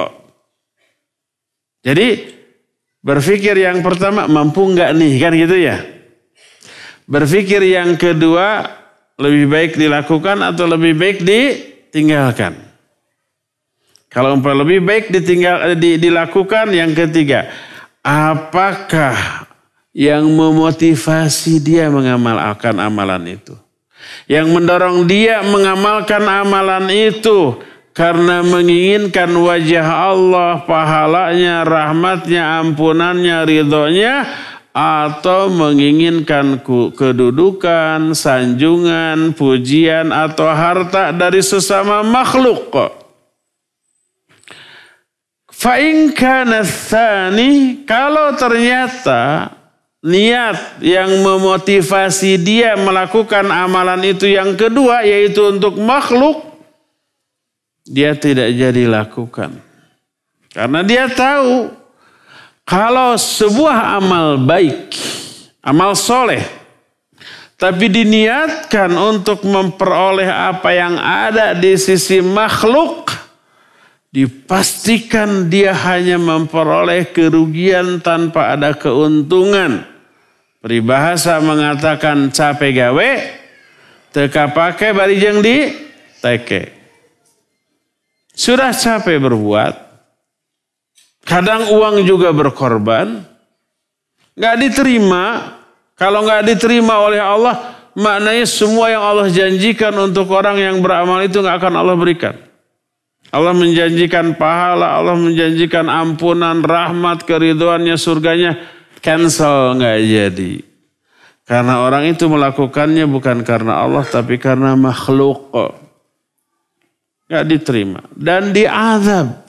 Jadi berpikir yang pertama, mampu enggak nih, kan gitu ya. Berpikir yang kedua, lebih baik dilakukan atau lebih baik ditinggalkan. Kalau umpamanya lebih baik ditinggal di, dilakukan, yang ketiga, apakah yang memotivasi dia mengamalkan amalan itu? Yang mendorong dia mengamalkan amalan itu karena menginginkan wajah Allah, pahalanya, rahmatnya, ampunannya, ridhonya, atau menginginkan kedudukan, sanjungan, pujian, atau harta dari sesama makhluk. Fa in kana tsani, kalau ternyata niat yang memotivasi dia melakukan amalan itu yang kedua, yaitu untuk makhluk, dia tidak jadi lakukan. Karena dia tahu kalau sebuah amal baik, amal soleh, tapi diniatkan untuk memperoleh apa yang ada di sisi makhluk, dipastikan dia hanya memperoleh kerugian tanpa ada keuntungan. Peribahasa mengatakan capek gawe, teka pake barijeng di teke. Sudah capek berbuat, kadang uang juga berkorban, gak diterima. Kalau gak diterima oleh Allah, maknanya semua yang Allah janjikan untuk orang yang beramal itu gak akan Allah berikan. Allah menjanjikan pahala, Allah menjanjikan ampunan, rahmat, keridhoannya, surganya, cancel, nggak jadi. Karena orang itu melakukannya bukan karena Allah, tapi karena makhluk. Nggak diterima dan diazab.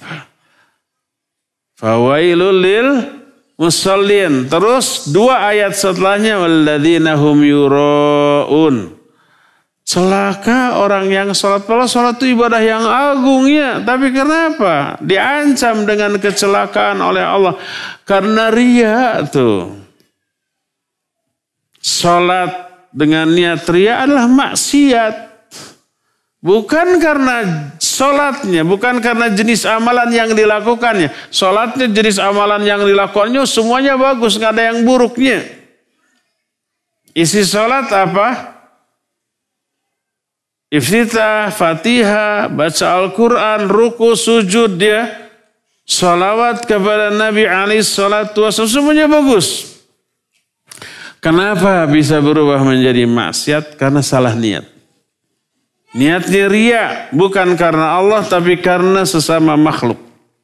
Fawailul lil musallin. Terus dua ayat setelahnya, walladzina hum yuraun. Celaka orang yang sholat. Kalau sholat itu ibadah yang agung ya. Tapi kenapa? Diancam dengan kecelakaan oleh Allah. Karena ria tuh. Sholat dengan niat ria adalah maksiat. Bukan karena sholatnya. Bukan karena jenis amalan yang dilakukannya. Sholatnya jenis amalan yang dilakukannya semuanya bagus. Nggak ada yang buruknya. Isi sholat apa? Iftitah, Fatihah, baca Al-Quran, ruku, sujud dia, salawat kepada Nabi alaihi salatu wasallam, semuanya bagus. Kenapa bisa berubah menjadi maksiat? Karena salah niat. Niatnya ria, bukan karena Allah tapi karena sesama makhluk.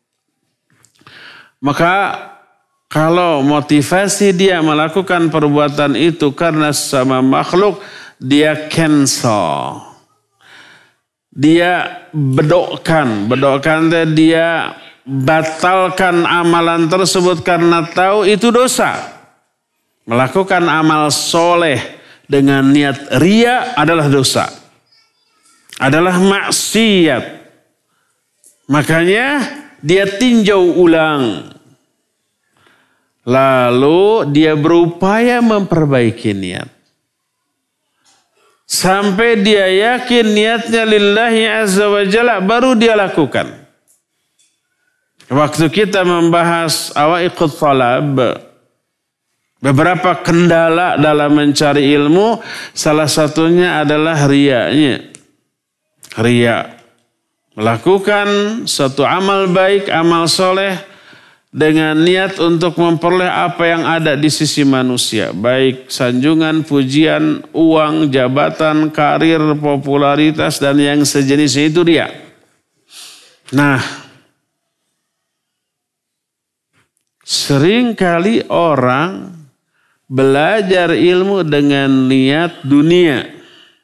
Maka kalau motivasi dia melakukan perbuatan itu karena sesama makhluk, dia cancel. Dia bedokkan. Bedokkan dia batalkan amalan tersebut karena tahu itu dosa. Melakukan amal soleh dengan niat ria adalah dosa. Adalah maksiat. Makanya dia tinjau ulang. Lalu dia berupaya memperbaiki niat. Sampai dia yakin niatnya lillahi azza wa jalla, baru dia lakukan. Waktu kita membahas awaiqut talab, beberapa kendala dalam mencari ilmu, salah satunya adalah riyanya. Riya. Melakukan suatu amal baik, amal soleh dengan niat untuk memperoleh apa yang ada di sisi manusia. Baik sanjungan, pujian, uang, jabatan, karir, popularitas, dan yang sejenisnya itu riya. Nah, seringkali orang belajar ilmu dengan niat dunia.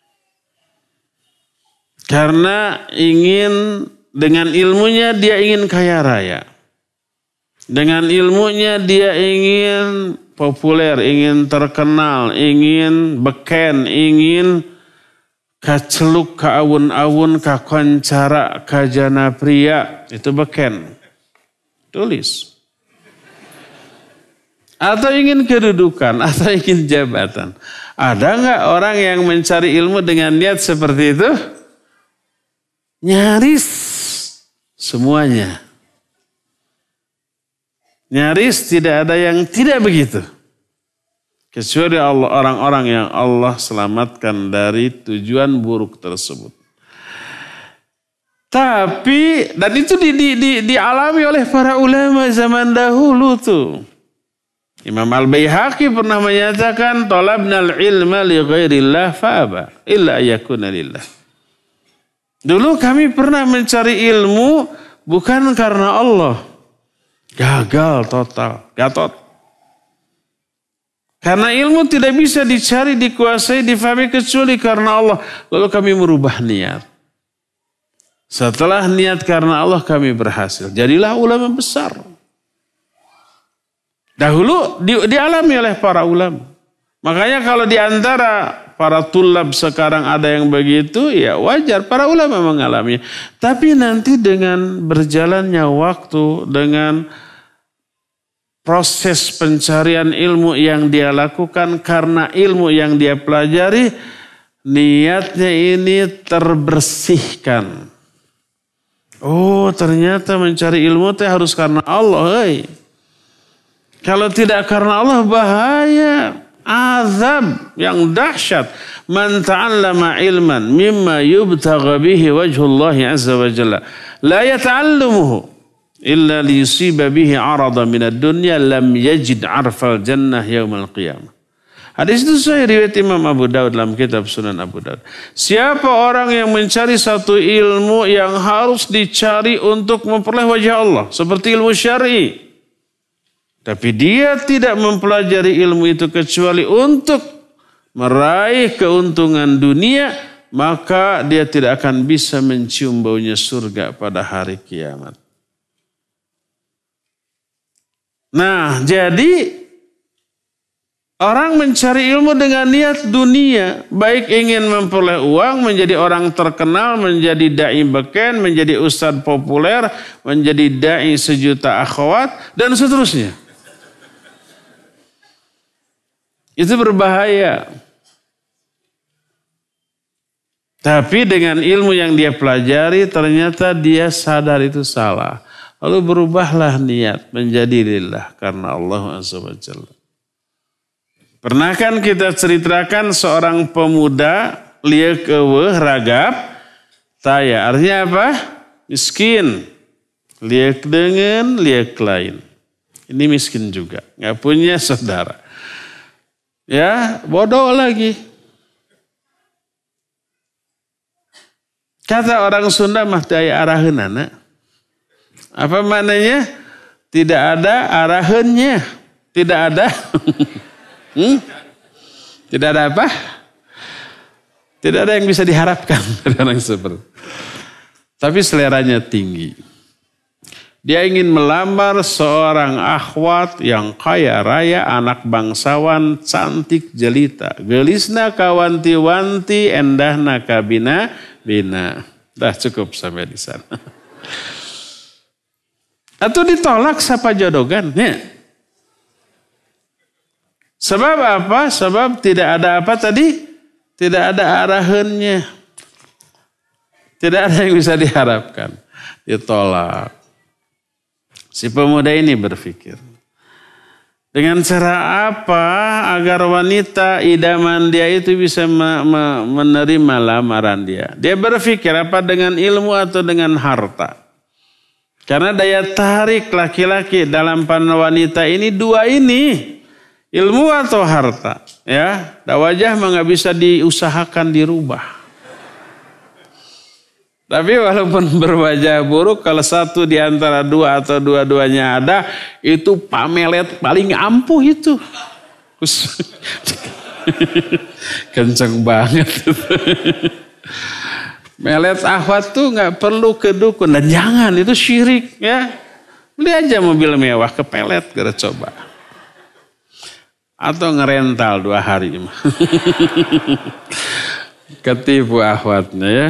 Karena ingin, dengan ilmunya dia ingin kaya raya. Dengan ilmunya dia ingin populer, ingin terkenal, ingin beken, ingin kaceluk, kaawun-awun, kakoncara, kajana pria. Itu beken. Tulis. Atau ingin kedudukan, atau ingin jabatan. Ada nggak orang yang mencari ilmu dengan niat seperti itu? Nyaris semuanya. Nyaris tidak ada yang tidak begitu. Kecuali Allah, orang-orang yang Allah selamatkan dari tujuan buruk tersebut. Tapi, dan itu di, di, di, dialami oleh para ulama zaman dahulu tuh. Imam Al-Baihaqi pernah menyatakan, talabnal ilma li ghairillah fa'aba illa yakuna lillah. Dulu kami pernah mencari ilmu bukan karena Allah. Gagal total, gatot. Karena ilmu tidak bisa dicari, dikuasai, difahami kecuali karena Allah. Lalu kami merubah niat. Setelah niat karena Allah kami berhasil. Jadilah ulama besar. Dahulu di, dialami oleh para ulama. Makanya kalau di antara para tulab sekarang ada yang begitu, ya wajar para ulama mengalaminya. Tapi nanti dengan berjalannya waktu, dengan proses pencarian ilmu yang dia lakukan karena ilmu yang dia pelajari, niatnya ini terbersihkan. Oh, ternyata mencari ilmu itu harus karena Allah. Hey. Kalau tidak karena Allah bahaya. Azab yang dahsyat. Man ta'allama ilman mimma yubtagha bihi wajhullahi azza wa jalla. La yata'allamuhu illa liyusiba bihi arada minad dunya lam yajid arfal jannah yaumal qiyamah. Hadis itu sahih riwayat Imam Abu Daud dalam kitab Sunan Abu Daud. Siapa orang yang mencari satu ilmu yang harus dicari untuk memperoleh wajah Allah. Seperti ilmu syar'i. Tapi dia tidak mempelajari ilmu itu kecuali untuk meraih keuntungan dunia, maka dia tidak akan bisa mencium baunya surga pada hari kiamat. Nah, jadi orang mencari ilmu dengan niat dunia, baik ingin memperoleh uang, menjadi orang terkenal, menjadi dai beken, menjadi ustadz populer, menjadi dai sejuta akhwat, dan seterusnya. Itu berbahaya. Tapi dengan ilmu yang dia pelajari, ternyata dia sadar itu salah. Lalu berubahlah niat menjadi lillah karena Allah azza wa jalla. Pernah kan kita ceritakan seorang pemuda liek eueuh ragap taya. Artinya apa? Miskin. Liek dengan liek lain. Ini miskin juga, nggak punya saudara. Ya, bodoh lagi. Kata orang Sunda mah teu aya araheunana. Apa maknanya? Tidak ada arahannya. Tidak ada. hmm? Tidak ada apa? Tidak ada yang bisa diharapkan dari orang seperti. Tapi seleranya tinggi. Dia ingin melamar seorang akhwat yang kaya raya, anak bangsawan, cantik jelita. Gelisna kawanti-wanti, endahna kabina bina. Dah cukup sampai di sana. Atau ditolak sapa jodogan. Ya. Sebab apa? Sebab tidak ada apa tadi? Tidak ada arahannya. Tidak ada yang bisa diharapkan. Ditolak. Si pemuda ini berpikir. Dengan cara apa agar wanita idaman dia itu bisa me- me- menerima lamaran dia? Dia berpikir apa dengan ilmu atau dengan harta? Karena daya tarik laki-laki dalam pandangan wanita ini dua ini. Ilmu atau harta. Ya, wajah mah nggak bisa diusahakan dirubah. Tapi walaupun berwajah buruk, kalau satu di antara dua atau dua-duanya ada, itu pamelet paling ampuh itu. Kenceng banget. Melet akhwat tuh nggak perlu ke dukun dan jangan itu syirik ya. Beli aja mobil mewah ke pelet gara coba. Atau ngerental dua hari mah. Ketipu akhwatnya ya.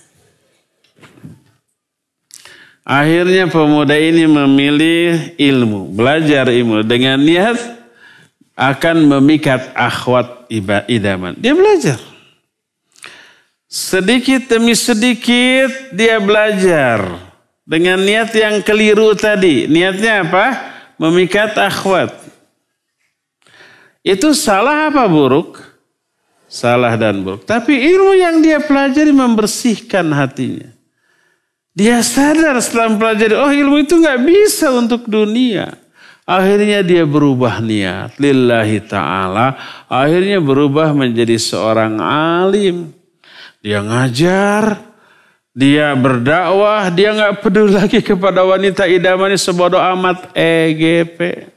Akhirnya pemuda ini memilih ilmu, belajar ilmu dengan niat akan memikat akhwat idaman. Dia belajar. Sedikit demi sedikit dia belajar dengan niat yang keliru tadi. Niatnya apa? Memikat akhwat. Itu salah apa buruk? Salah dan buruk. Tapi ilmu yang dia pelajari membersihkan hatinya. Dia sadar setelah mempelajari, oh ilmu itu gak bisa untuk dunia. Akhirnya dia berubah niat. Lillahi ta'ala. Akhirnya berubah menjadi seorang alim. Dia ngajar, dia berdakwah, dia nggak peduli lagi kepada wanita idamannya sebodoh amat E G P.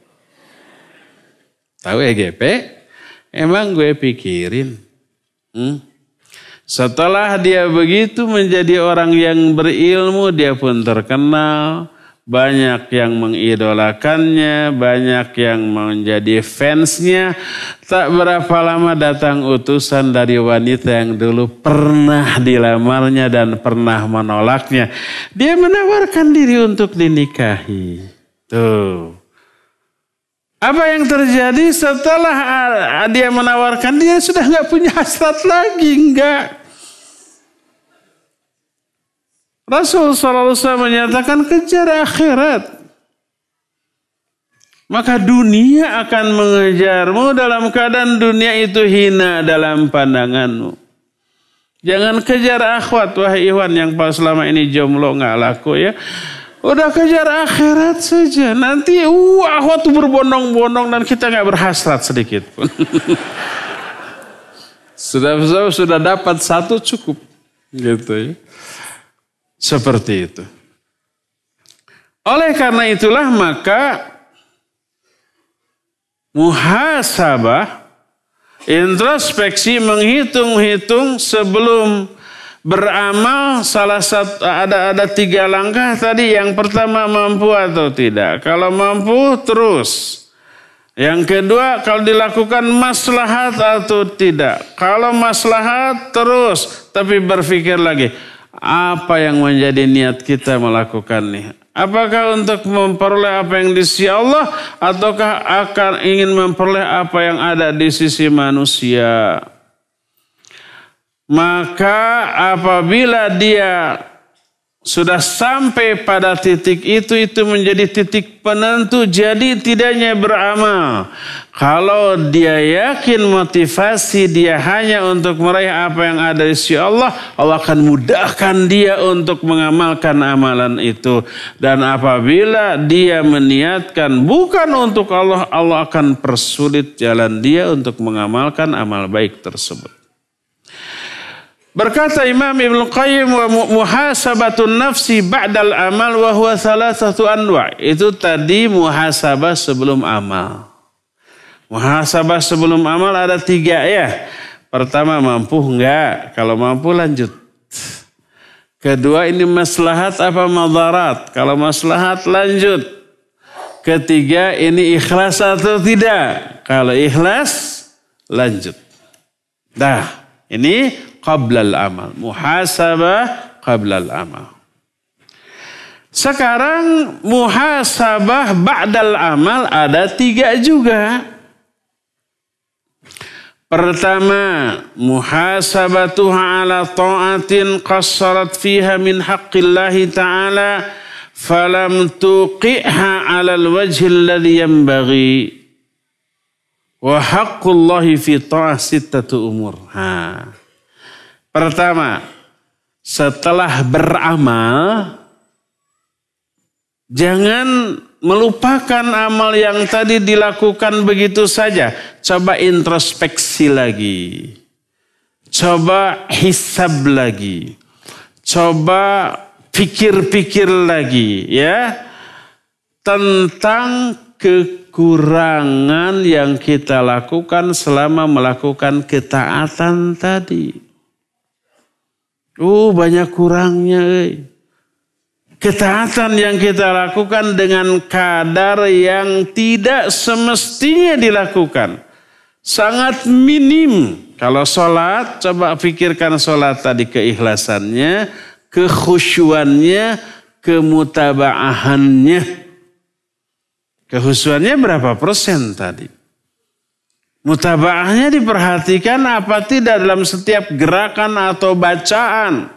Tahu E G P? Emang gue pikirin. Hmm? Setelah dia begitu menjadi orang yang berilmu, dia pun terkenal. Banyak yang mengidolakannya, banyak yang menjadi fansnya. Tak berapa lama datang utusan dari wanita yang dulu pernah dilamarnya dan pernah menolaknya. Dia menawarkan diri untuk dinikahi. Tuh. Apa yang terjadi setelah dia menawarkan, dia sudah nggak punya hasrat lagi, enggak. Rasul sallallahu alaihi wasallam menyatakan kejar akhirat. Maka dunia akan mengejarmu dalam keadaan dunia itu hina dalam pandanganmu. Jangan kejar akhwat, wahai Iwan yang pas selama ini jomblo nggak laku ya. Udah kejar akhirat saja. Nanti uh, akhwat tuh berbondong-bondong dan kita nggak berhasrat sedikit pun. sudah sudah dapat satu cukup, gitu ya. Seperti itu. Oleh karena itulah maka muhasabah, introspeksi, menghitung-hitung sebelum beramal. Salah satu ada ada tiga langkah tadi. Yang pertama, mampu atau tidak. Kalau mampu terus. Yang kedua, kalau dilakukan maslahat atau tidak. Kalau maslahat terus, tapi berpikir lagi, apa yang menjadi niat kita melakukan nih? Apakah untuk memperoleh apa yang di sisi Allah, ataukah akan ingin memperoleh apa yang ada di sisi manusia? Maka apabila dia sudah sampai pada titik itu, itu menjadi titik penentu. Jadi tidaknya beramal. Kalau dia yakin motivasi dia hanya untuk meraih apa yang ada di sisi Allah, Allah akan mudahkan dia untuk mengamalkan amalan itu. Dan apabila dia meniatkan bukan untuk Allah, Allah akan persulit jalan dia untuk mengamalkan amal baik tersebut. Berkata Imam Ibnu Qayyim, wa muhasabatun nafsi ba'dal amal wa huwa thalathatu anwa'. Itu tadi muhasabah sebelum amal. Muhasabah sebelum amal ada tiga ya. Pertama, mampu enggak? Kalau mampu lanjut. Kedua, ini maslahat apa madarat? Kalau maslahat lanjut. Ketiga, ini ikhlas atau tidak? Kalau ikhlas lanjut. Dah, ini qablal amal. Muhasabah qablal amal. Sekarang muhasabah ba'dal amal ada tiga juga. Pertama, muhasabatuha ala ta'atin qassarat fiha min haqqillahi ta'ala falam tuqi'ha ala alwajhi alladhi yanbaghi. Wa haqqullahi fi ta'ah sittatu umur. Ha. Pertama, setelah beramal, jangan melupakan amal yang tadi dilakukan begitu saja. Coba introspeksi lagi. Coba hisab lagi. Coba pikir-pikir lagi ya. Tentang kekurangan yang kita lakukan selama melakukan ketaatan tadi. Oh, banyak kurangnya. Eh. Ketaatan yang kita lakukan dengan kadar yang tidak semestinya dilakukan. Sangat minim. Kalau sholat, coba pikirkan sholat tadi keikhlasannya, kekhusyuannya, kemutabaahannya. Kekhusyuannya berapa persen tadi? Mutabaahnya diperhatikan apa tidak dalam setiap gerakan atau bacaan.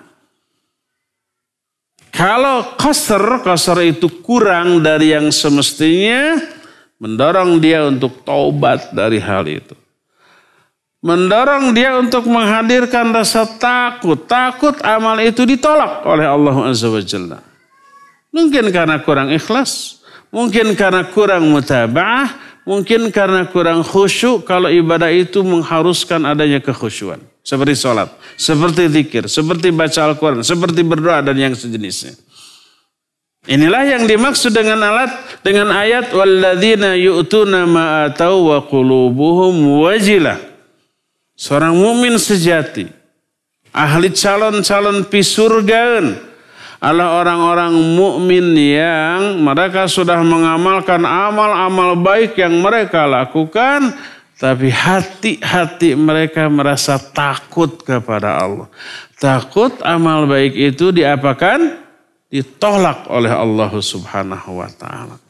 Kalau qasar, qasar itu kurang dari yang semestinya, mendorong dia untuk taubat dari hal itu. Mendorong dia untuk menghadirkan rasa takut. Takut amal itu ditolak oleh Allah Azza wa Jalla. Mungkin karena kurang ikhlas, mungkin karena kurang mutabaah, mungkin karena kurang khusyuk. Kalau ibadah itu mengharuskan adanya kekhusyuan. Seperti sholat, seperti zikir, seperti baca Al-Quran, seperti berdoa dan yang sejenisnya. Inilah yang dimaksud dengan alat, dengan ayat walladzina yu'tuna ma atau wa qulubuhum wajilah. Seorang mukmin sejati, ahli calon-calon pisurgaan adalah orang-orang mukmin yang mereka sudah mengamalkan amal-amal baik yang mereka lakukan, tapi hati-hati mereka merasa takut kepada Allah. Takut amal baik itu diapakan? Ditolak oleh Allah Subhanahu wa ta'ala.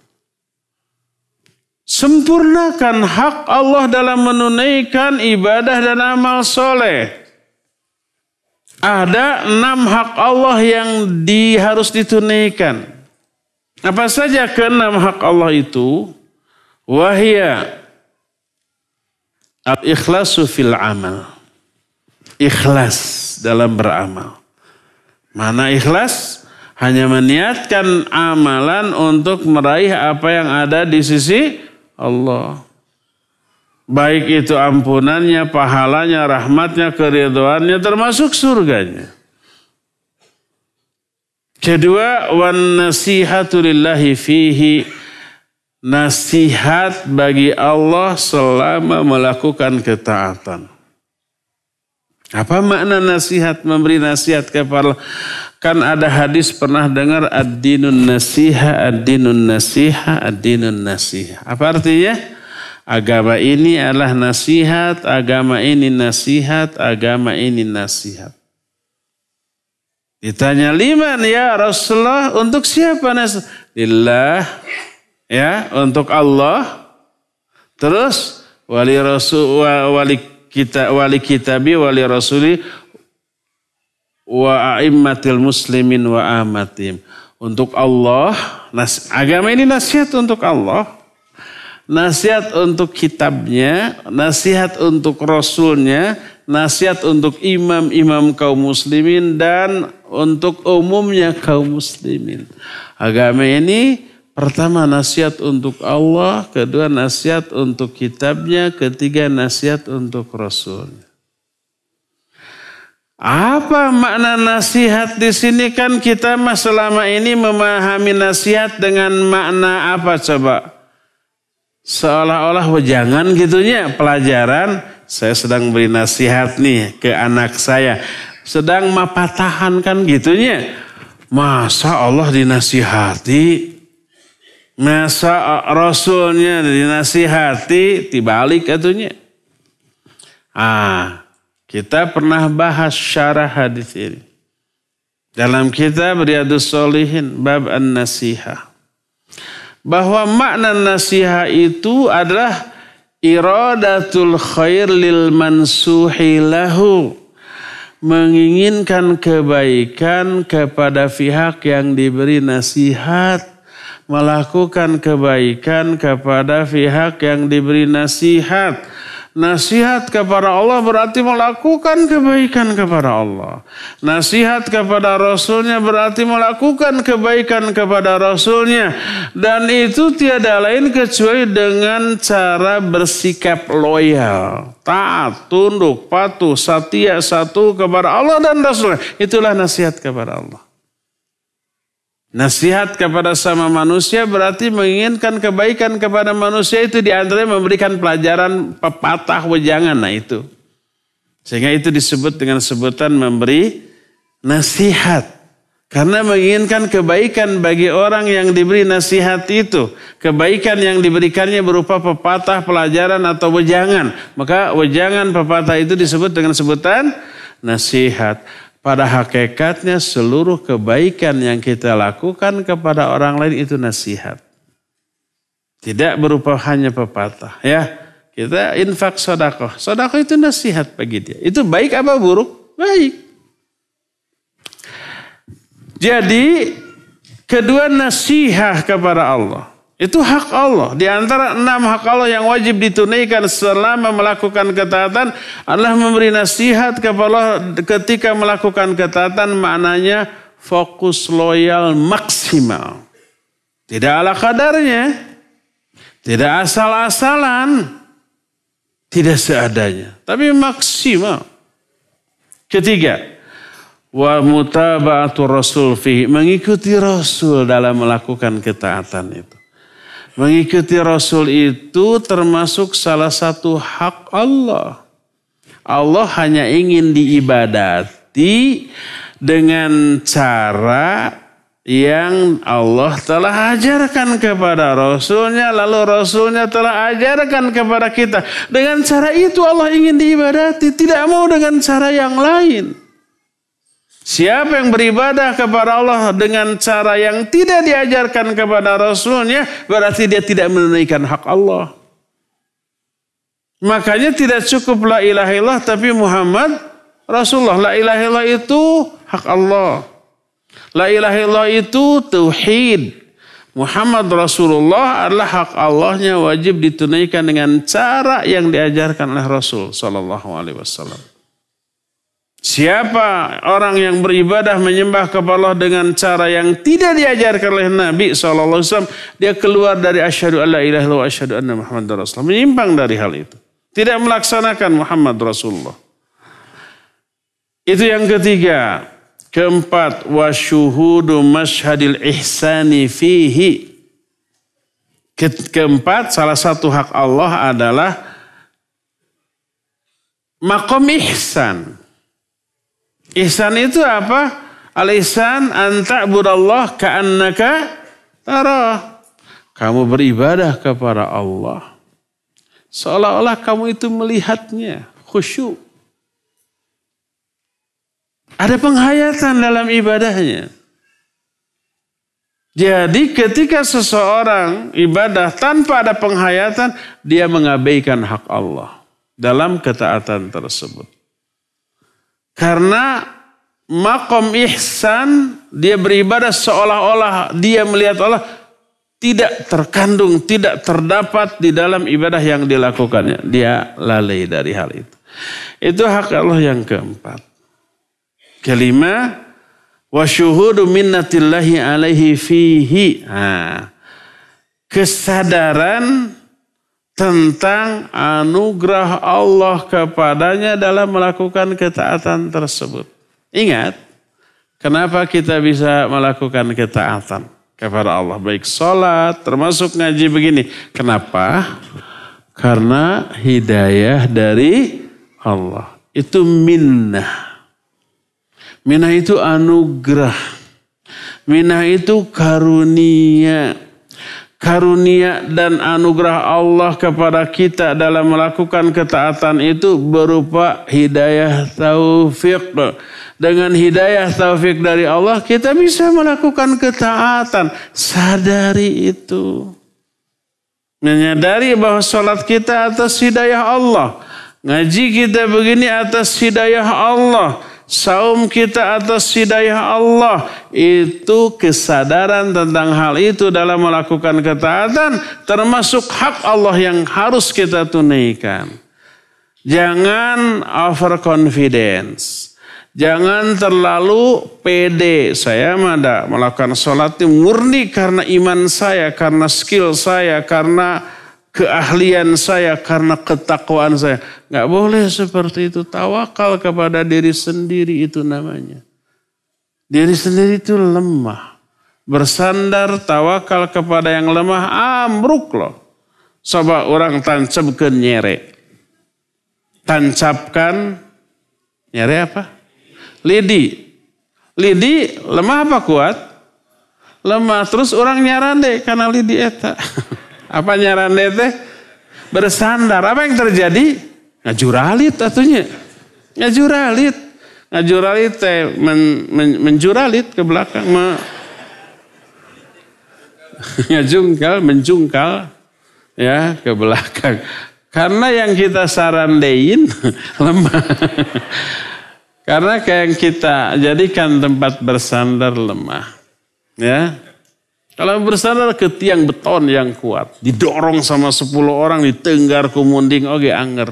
Sempurnakan hak Allah dalam menunaikan ibadah dan amal soleh. Ada enam hak Allah yang di, harus ditunaikan. Apa saja keenam hak Allah itu? Wahia al-ikhlasu fil amal. Ikhlas dalam beramal. Mana ikhlas? Hanya meniatkan amalan untuk meraih apa yang ada di sisi Allah. Baik itu ampunannya, pahalanya, rahmatnya, keridhaannya, termasuk surganya. Kedua, wan nasihatu lillahi fihi. Nasihat bagi Allah selama melakukan ketaatan. Apa makna nasihat? Memberi nasihat kepada Allah. Kan ada hadis pernah dengar ad-dinun nasiha, ad-dinun nasiha, ad-dinun nasiha. Apa artinya? Agama ini adalah nasihat, agama ini nasihat, agama ini nasihat. Ditanya liman ya Rasulullah, untuk siapa nasihat? Lillah. Ya, untuk Allah. Terus wali rasul wali kita wali kitabi wali rasuli wa a'immatil muslimin wa amatim. Untuk Allah, nas, agama ini nasihat untuk Allah, nasihat untuk kitabnya, nasihat untuk rasulnya, nasihat untuk imam-imam kaum muslimin dan untuk umumnya kaum muslimin. Agama ini pertama nasihat untuk Allah, kedua nasihat untuk kitabnya, ketiga nasihat untuk rasulnya. Apa makna nasihat di sini? Kan kita mah selama ini memahami nasihat dengan makna apa coba? Seolah-olah wejangan gitunya, pelajaran. Saya sedang beri nasihat nih ke anak saya, sedang mapatahan kan gitunya. Masa Allah dinasihati, masa Rasulnya dinasihati, dibalik atunya. Ah. Kita pernah bahas syarah hadis ini dalam kitab Riyadhus Shalihin bab an-nasihah, bahwa makna nasihat itu adalah iradatul khair lil mansuhi lahu, menginginkan kebaikan kepada pihak yang diberi nasihat, melakukan kebaikan kepada pihak yang diberi nasihat. Nasihat kepada Allah berarti melakukan kebaikan kepada Allah. Nasihat kepada Rasulnya berarti melakukan kebaikan kepada Rasulnya. Dan itu tiada lain kecuali dengan cara bersikap loyal, taat, tunduk, patuh, setia, satu kepada Allah dan Rasulnya. Itulah nasihat kepada Allah. Nasihat kepada sama manusia berarti menginginkan kebaikan kepada manusia, itu diantaranya memberikan pelajaran pepatah wejangan. Nah itu. Sehingga itu disebut dengan sebutan memberi nasihat. Karena menginginkan kebaikan bagi orang yang diberi nasihat itu. Kebaikan yang diberikannya berupa pepatah, pelajaran atau wejangan. Maka wejangan pepatah itu disebut dengan sebutan nasihat. Pada hakikatnya seluruh kebaikan yang kita lakukan kepada orang lain itu nasihat. Tidak berupa hanya pepatah. Ya, kita infak sedekah. Sedekah itu nasihat bagi dia. Itu baik apa buruk? Baik. Jadi kedua nasihat kepada Allah. Itu hak Allah. Di antara enam hak Allah yang wajib ditunaikan selama melakukan ketaatan adalah memberi nasihat kepada Allah ketika melakukan ketaatan, maknanya fokus loyal maksimal. Tidak ala kadarnya, tidak asal-asalan, tidak seadanya, tapi maksimal. Ketiga, wa mutaba'atu rasul fihi, mengikuti Rasul dalam melakukan ketaatan itu. Mengikuti Rasul itu termasuk salah satu hak Allah. Allah hanya ingin diibadati dengan cara yang Allah telah ajarkan kepada Rasulnya, lalu Rasulnya telah ajarkan kepada kita. Dengan cara itu Allah ingin diibadati, tidak mau dengan cara yang lain. Siapa yang beribadah kepada Allah dengan cara yang tidak diajarkan kepada Rasulnya, berarti dia tidak menunaikan hak Allah. Makanya tidak cukup la ilaha illallah tapi Muhammad Rasulullah. La ilaha illallah itu hak Allah. La ilaha illallah itu tauhid. Muhammad Rasulullah adalah hak Allahnya, wajib ditunaikan dengan cara yang diajarkan oleh Rasul sallallahu alaihi wasallam. Siapa orang yang beribadah menyembah kepada Allah dengan cara yang tidak diajarkan oleh Nabi shallallahu alaihi wasallam, dia keluar dari asyhadu alla ilaha illallah wa asyhadu anna Muhammadar Rasulullah, menyimpang dari hal itu, tidak melaksanakan Muhammad Rasulullah. Itu yang ketiga. Keempat, wa syuhudu masyhadil ihsani fihi. Keempat, salah satu hak Allah adalah maqam ihsan. Ihsan itu apa? Al-ihsan an ta'budallah ka'annaka tarah. Kamu beribadah kepada Allah seolah-olah kamu itu melihatnya, khusyuk. Ada penghayatan dalam ibadahnya. Jadi ketika seseorang ibadah tanpa ada penghayatan, dia mengabaikan hak Allah dalam ketaatan tersebut. Karena makom ihsan, dia beribadah seolah-olah dia melihat Allah, tidak terkandung, tidak terdapat di dalam ibadah yang dilakukannya. Dia lalai dari hal itu. Itu hak Allah yang keempat. Kelima, wa syuhudu minnatillahi alaihi fihi. Nah, kesadaran tentang anugerah Allah kepadanya dalam melakukan ketaatan tersebut. Ingat, kenapa kita bisa melakukan ketaatan kepada Allah? Baik sholat, termasuk ngaji begini. Kenapa? Karena hidayah dari Allah. Itu minnah. Minnah itu anugerah. Minnah itu karunia. Karunia dan anugerah Allah kepada kita dalam melakukan ketaatan itu berupa hidayah taufik. Dengan hidayah taufik dari Allah kita bisa melakukan ketaatan. Sadari itu. Menyadari bahwa sholat kita atas hidayah Allah. Ngaji kita begini atas hidayah Allah. Saum kita atas hidayah Allah. Itu kesadaran tentang hal itu dalam melakukan ketaatan. Termasuk hak Allah yang harus kita tunaikan. Jangan overconfidence. Jangan terlalu pede. Saya mada melakukan sholat itu murni karena iman saya. Karena skill saya. Karena keahlian saya. Karena ketakwaan saya. Nggak boleh seperti itu. Tawakal kepada diri sendiri itu namanya. Diri sendiri itu lemah. Bersandar tawakal kepada yang lemah amruk loh. Coba orang tancapkan nyere. Tancapkan nyere apa? Lidi. Lidi lemah apa kuat? Lemah. Terus orang nyarande karena lidi eta. Apa nyarande teh? Bersandar. Apa yang terjadi? Ngajuralit atunya. Ngajuralit. Ngajuralit teh men, men, menjuralit ke belakang. Me, ngajungkal, menjungkal ya ke belakang. Karena yang kita sarandein lemah. Karena kayak yang kita jadikan tempat bersandar lemah. Ya. Kalau bersandar ke tiang beton yang kuat. Didorong sama sepuluh orang, ditenggar kumunding, oke anger.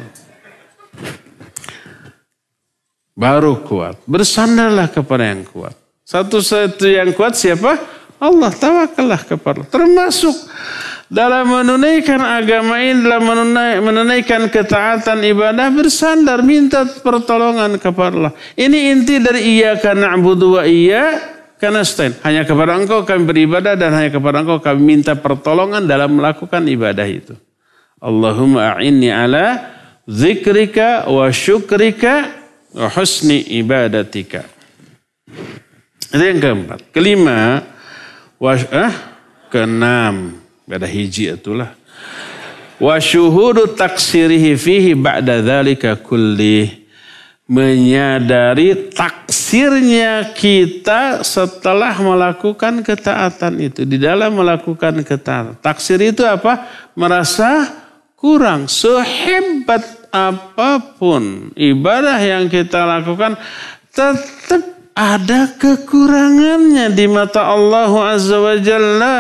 Baru kuat. Bersandarlah kepada yang kuat. Satu-satu yang kuat siapa? Allah. Tawakallah kepada Allah. Termasuk dalam menunaikan agama ini, dalam menunai, menunaikan ketaatan ibadah, bersandar, minta pertolongan kepada Allah. Ini inti dari iyyaka na'budu wa iyyaka nasta'in. Hanya kepada Engkau kami beribadah dan hanya kepada Engkau kami minta pertolongan dalam melakukan ibadah itu. Allahumma a'inni ala zikrika wa syukrika wa husni ibadatika. Itu yang keempat. Kelima, was, eh, keenam. Ada hiji itulah. Wa syuhudu taksirihi fihi ba'da dzalika kulli. Menyadari taksirnya kita setelah melakukan ketaatan itu. Di dalam melakukan ketaatan. Taksir itu apa? Merasa kurang. Sehebat apapun ibadah yang kita lakukan, tetap ada kekurangannya di mata Allah Azza wa Jalla.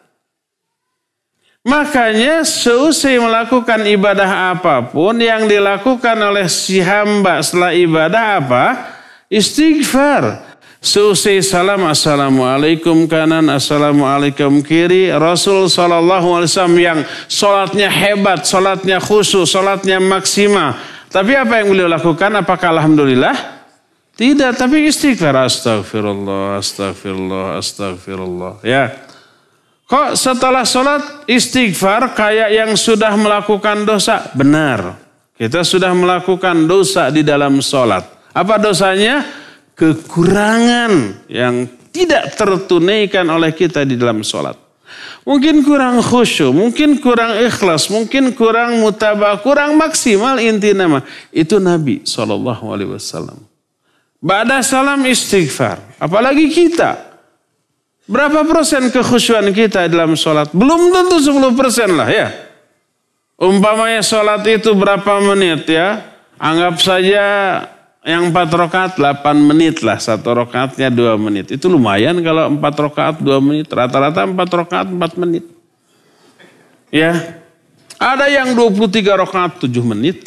Makanya seusai melakukan ibadah apapun yang dilakukan oleh si hamba setelah ibadah apa? Istighfar. Seusai salam, assalamualaikum kanan, assalamualaikum kiri. Rasul sallallahu alaihi wasallam yang sholatnya hebat, sholatnya khusyuk, sholatnya maksimal. Tapi apa yang beliau lakukan? Apakah alhamdulillah? Tidak, tapi istighfar. Astagfirullah, astagfirullah, astagfirullah. Ya. Kok setelah sholat istighfar kayak yang sudah melakukan dosa? Benar. Kita sudah melakukan dosa di dalam sholat. Apa dosanya? Kekurangan yang tidak tertunaikan oleh kita di dalam sholat. Mungkin kurang khusyuk, mungkin kurang ikhlas, mungkin kurang mutabah, kurang maksimal inti nama. Itu Nabi shallallahu alaihi wasallam. Ba'da salam istighfar. Apalagi kita. Berapa persen kekhusyuan kita dalam sholat? Belum tentu sepuluh persen lah ya. Umpamanya sholat itu berapa menit ya. Anggap saja Yang empat rakaat delapan menit lah, satu rakaatnya dua menit. Itu lumayan kalau empat rakaat dua menit. Rata-rata empat rakaat empat menit. Ya, ada yang dua puluh tiga rakaat tujuh menit.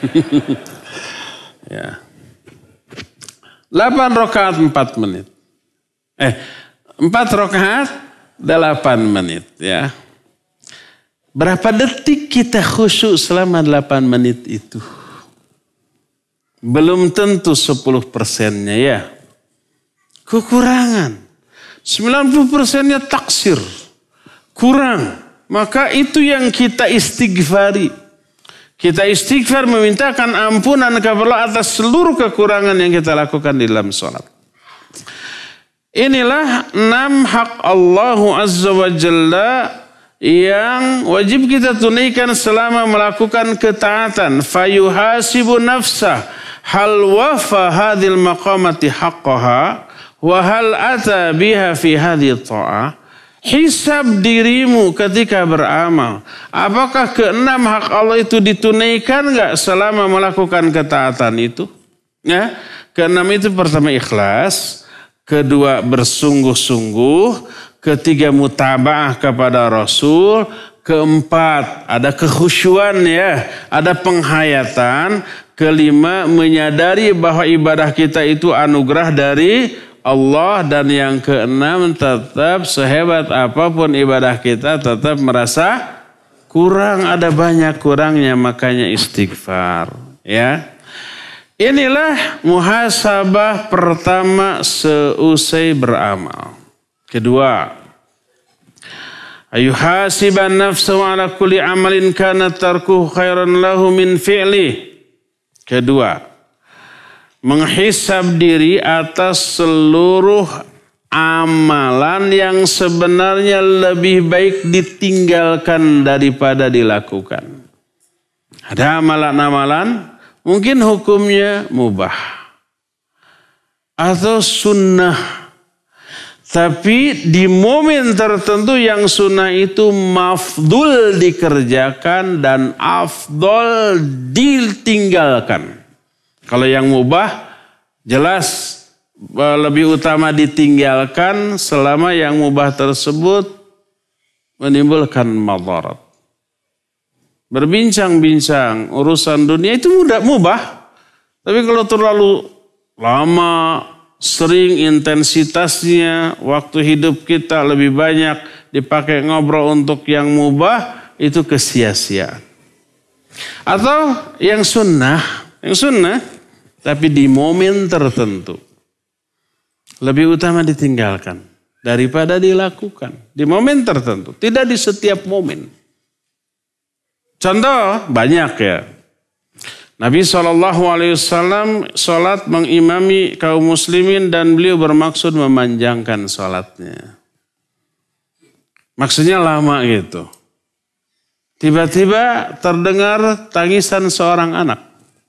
Ya, delapan rakaat empat menit. Eh, empat rakaat delapan menit. Ya, berapa detik kita khusyuk selama delapan menit itu? Belum tentu sepuluh persennya ya. Kekurangan. sembilan puluh persennya taksir. Kurang. Maka itu yang kita istighfari. Kita istighfar memintakan ampunan kepada Allah atas seluruh kekurangan yang kita lakukan di dalam sholat. Inilah enam hak Allah Azza wa Jalla yang wajib kita tunaikan selama melakukan ketaatan. Fayuhasibu nafsah. Hal wafa hadhil maqamati haqqaha wa hal ata biha fi hadhihi ta'ah. Hisab dirimu ketika beramal. Apakah keenam hak Allah itu ditunaikan enggak selama melakukan ketaatan itu? Ya, keenam itu pertama ikhlas, kedua bersungguh-sungguh, ketiga mutabaah kepada Rasul, keempat ada kekhusyuan ya, ada penghayatan. Kelima, menyadari bahwa ibadah kita itu anugerah dari Allah. Dan yang keenam, tetap sehebat apapun ibadah kita tetap merasa kurang, ada banyak kurangnya, makanya istighfar. Ya, inilah muhasabah pertama seusai beramal. Kedua, ayuhasiban nafsu ala kulli amalin kana tarkuhu khairan lahu min fi'li. Kedua, menghisab diri atas seluruh amalan yang sebenarnya lebih baik ditinggalkan daripada dilakukan. Ada amalan-amalan mungkin hukumnya mubah atau sunnah, tapi di momen tertentu yang sunnah itu mafdul dikerjakan dan afdol ditinggalkan. Kalau yang mubah jelas lebih utama ditinggalkan selama yang mubah tersebut menimbulkan madarat. Berbincang-bincang urusan dunia itu mudah mubah, tapi kalau terlalu lama, sering intensitasnya, waktu hidup kita lebih banyak dipakai ngobrol untuk yang mubah, itu kesia-siaan. Atau yang sunnah, yang sunnah, tapi di momen tertentu. Lebih utama ditinggalkan daripada dilakukan. Di momen tertentu, tidak di setiap momen. Contoh banyak ya. Nabi shallallahu alaihi wasallam sholat mengimami kaum muslimin dan beliau bermaksud memanjangkan sholatnya. Maksudnya lama gitu. Tiba-tiba terdengar tangisan seorang anak.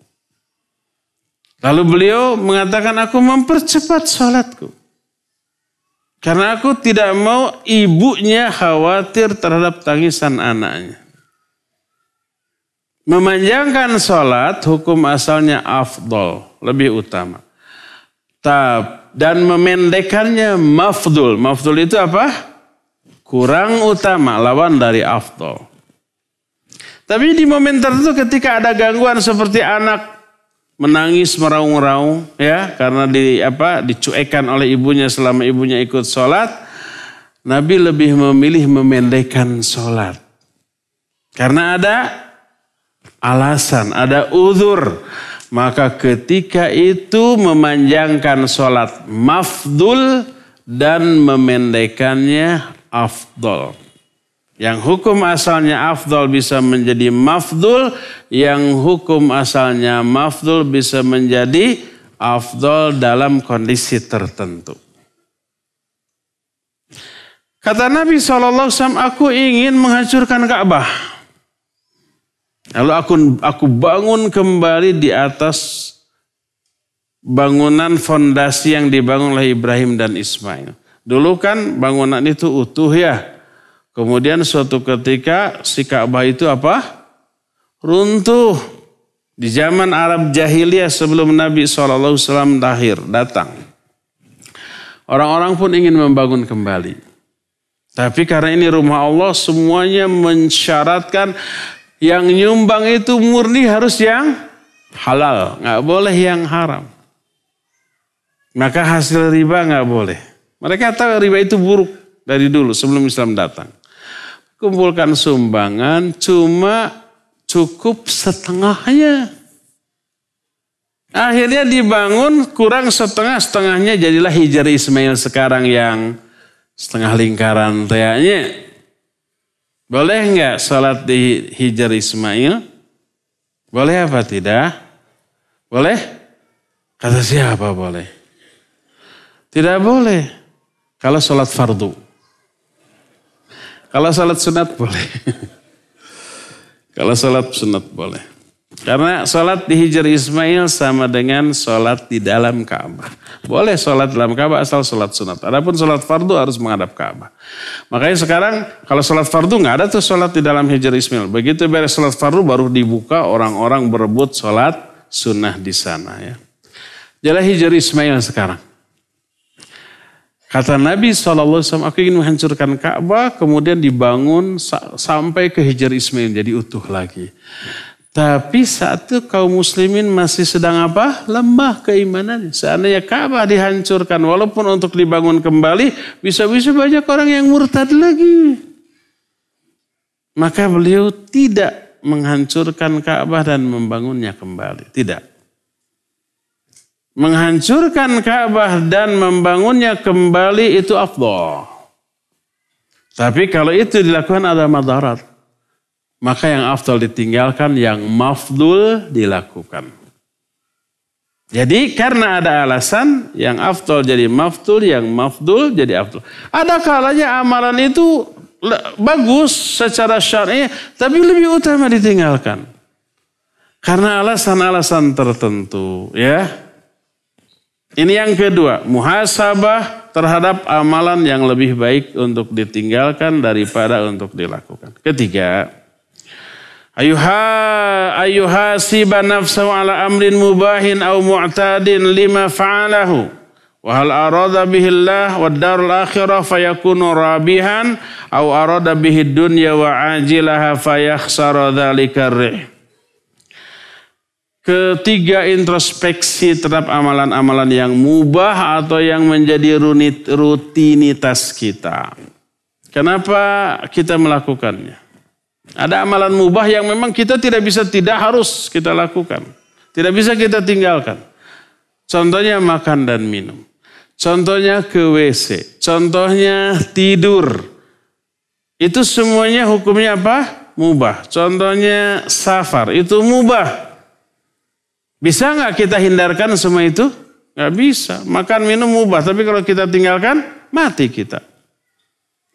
Lalu beliau mengatakan, aku mempercepat sholatku. Karena aku tidak mau ibunya khawatir terhadap tangisan anaknya. Memanjangkan sholat hukum asalnya afdol, lebih utama. Tab, dan memendekkannya mafdul. Mafdul itu apa? Kurang utama, lawan dari afdol. Tapi di momen tertentu ketika ada gangguan seperti anak menangis meraung-raung, ya, karena di apa dicuekan oleh ibunya selama ibunya ikut sholat, Nabi lebih memilih memendekkan sholat. Karena ada alasan, ada uzur. Maka ketika itu memanjangkan sholat mafdul dan memendekkannya afdol. Yang hukum asalnya afdol bisa menjadi mafdul, yang hukum asalnya mafdul bisa menjadi afdol dalam kondisi tertentu. Kata Nabi shallallahu alaihi wasallam, aku ingin menghancurkan Ka'bah. Lalu aku, aku bangun kembali di atas bangunan fondasi yang dibangun oleh Ibrahim dan Ismail. Dulu kan bangunan itu utuh ya. Kemudian suatu ketika si Ka'bah itu apa? Runtuh. Di zaman Arab jahiliyah sebelum Nabi shallallahu alaihi wasallam lahir, datang. Orang-orang pun ingin membangun kembali. Tapi karena ini rumah Allah, semuanya mensyaratkan yang nyumbang itu murni harus yang halal. Nggak boleh yang haram. Maka hasil riba nggak boleh. Mereka tahu riba itu buruk dari dulu sebelum Islam datang. Kumpulkan sumbangan cuma cukup setengahnya. Akhirnya dibangun kurang setengah, setengahnya jadilah Hijr Ismail sekarang yang setengah lingkaran kayaknya. Boleh nggak sholat di Hijr Ismail? Boleh apa tidak? Boleh? Kata siapa boleh? Tidak boleh. Kalau sholat fardu. Kalau sholat sunat boleh. Kalau sholat sunat boleh. Karena sholat di Hijr Ismail sama dengan sholat di dalam Ka'bah. Boleh sholat dalam Ka'bah asal sholat sunat. Adapun sholat fardu harus menghadap Ka'bah. Makanya sekarang kalau sholat fardu nggak ada tuh sholat di dalam Hijr Ismail. Begitu beres sholat fardu baru dibuka orang-orang berebut sholat sunnah di sana ya. Jadi Hijr Ismail sekarang. Kata Nabi shallallahu alaihi wasallam, aku ingin menghancurkan Ka'bah, kemudian dibangun sampai ke Hijr Ismail, jadi utuh lagi. Tapi saat itu kaum muslimin masih sedang apa? Lemah keimanannya. Seandainya Ka'bah dihancurkan, walaupun untuk dibangun kembali, bisa-bisa banyak orang yang murtad lagi. Maka beliau tidak menghancurkan Ka'bah dan membangunnya kembali. Tidak. Menghancurkan Ka'bah dan membangunnya kembali itu afdal. Tapi kalau itu dilakukan ada madarat. Maka yang afdal ditinggalkan, yang mafdul dilakukan. Jadi karena ada alasan, yang afdal jadi mafdul, yang mafdul jadi afdal. Ada kalanya amalan itu bagus secara syar'i, tapi lebih utama ditinggalkan. Karena alasan-alasan tertentu, ya. Ini yang kedua, muhasabah terhadap amalan yang lebih baik untuk ditinggalkan daripada untuk dilakukan. Ketiga, ayuha ayuhasiba nafsahu ala amrin mubahin aw mu'tadin lima fa'alahu wa hal arada bihi Allah wad darul akhirah fayakunu rabihan aw arada bihi dunya wa ajilaha fayakhsara dzalika ar-rih. Ketiga, introspeksi terhadap amalan-amalan yang mubah atau yang menjadi rutinitas kita. Kenapa kita melakukannya? Ada amalan mubah yang memang kita tidak bisa, tidak harus kita lakukan. Tidak bisa kita tinggalkan. Contohnya makan dan minum. Contohnya ke W C. Contohnya tidur. Itu semuanya hukumnya apa? Mubah. Contohnya safar. Itu mubah. Bisa nggak kita hindarkan semua itu? Nggak bisa. Makan minum mubah, tapi kalau kita tinggalkan, mati kita.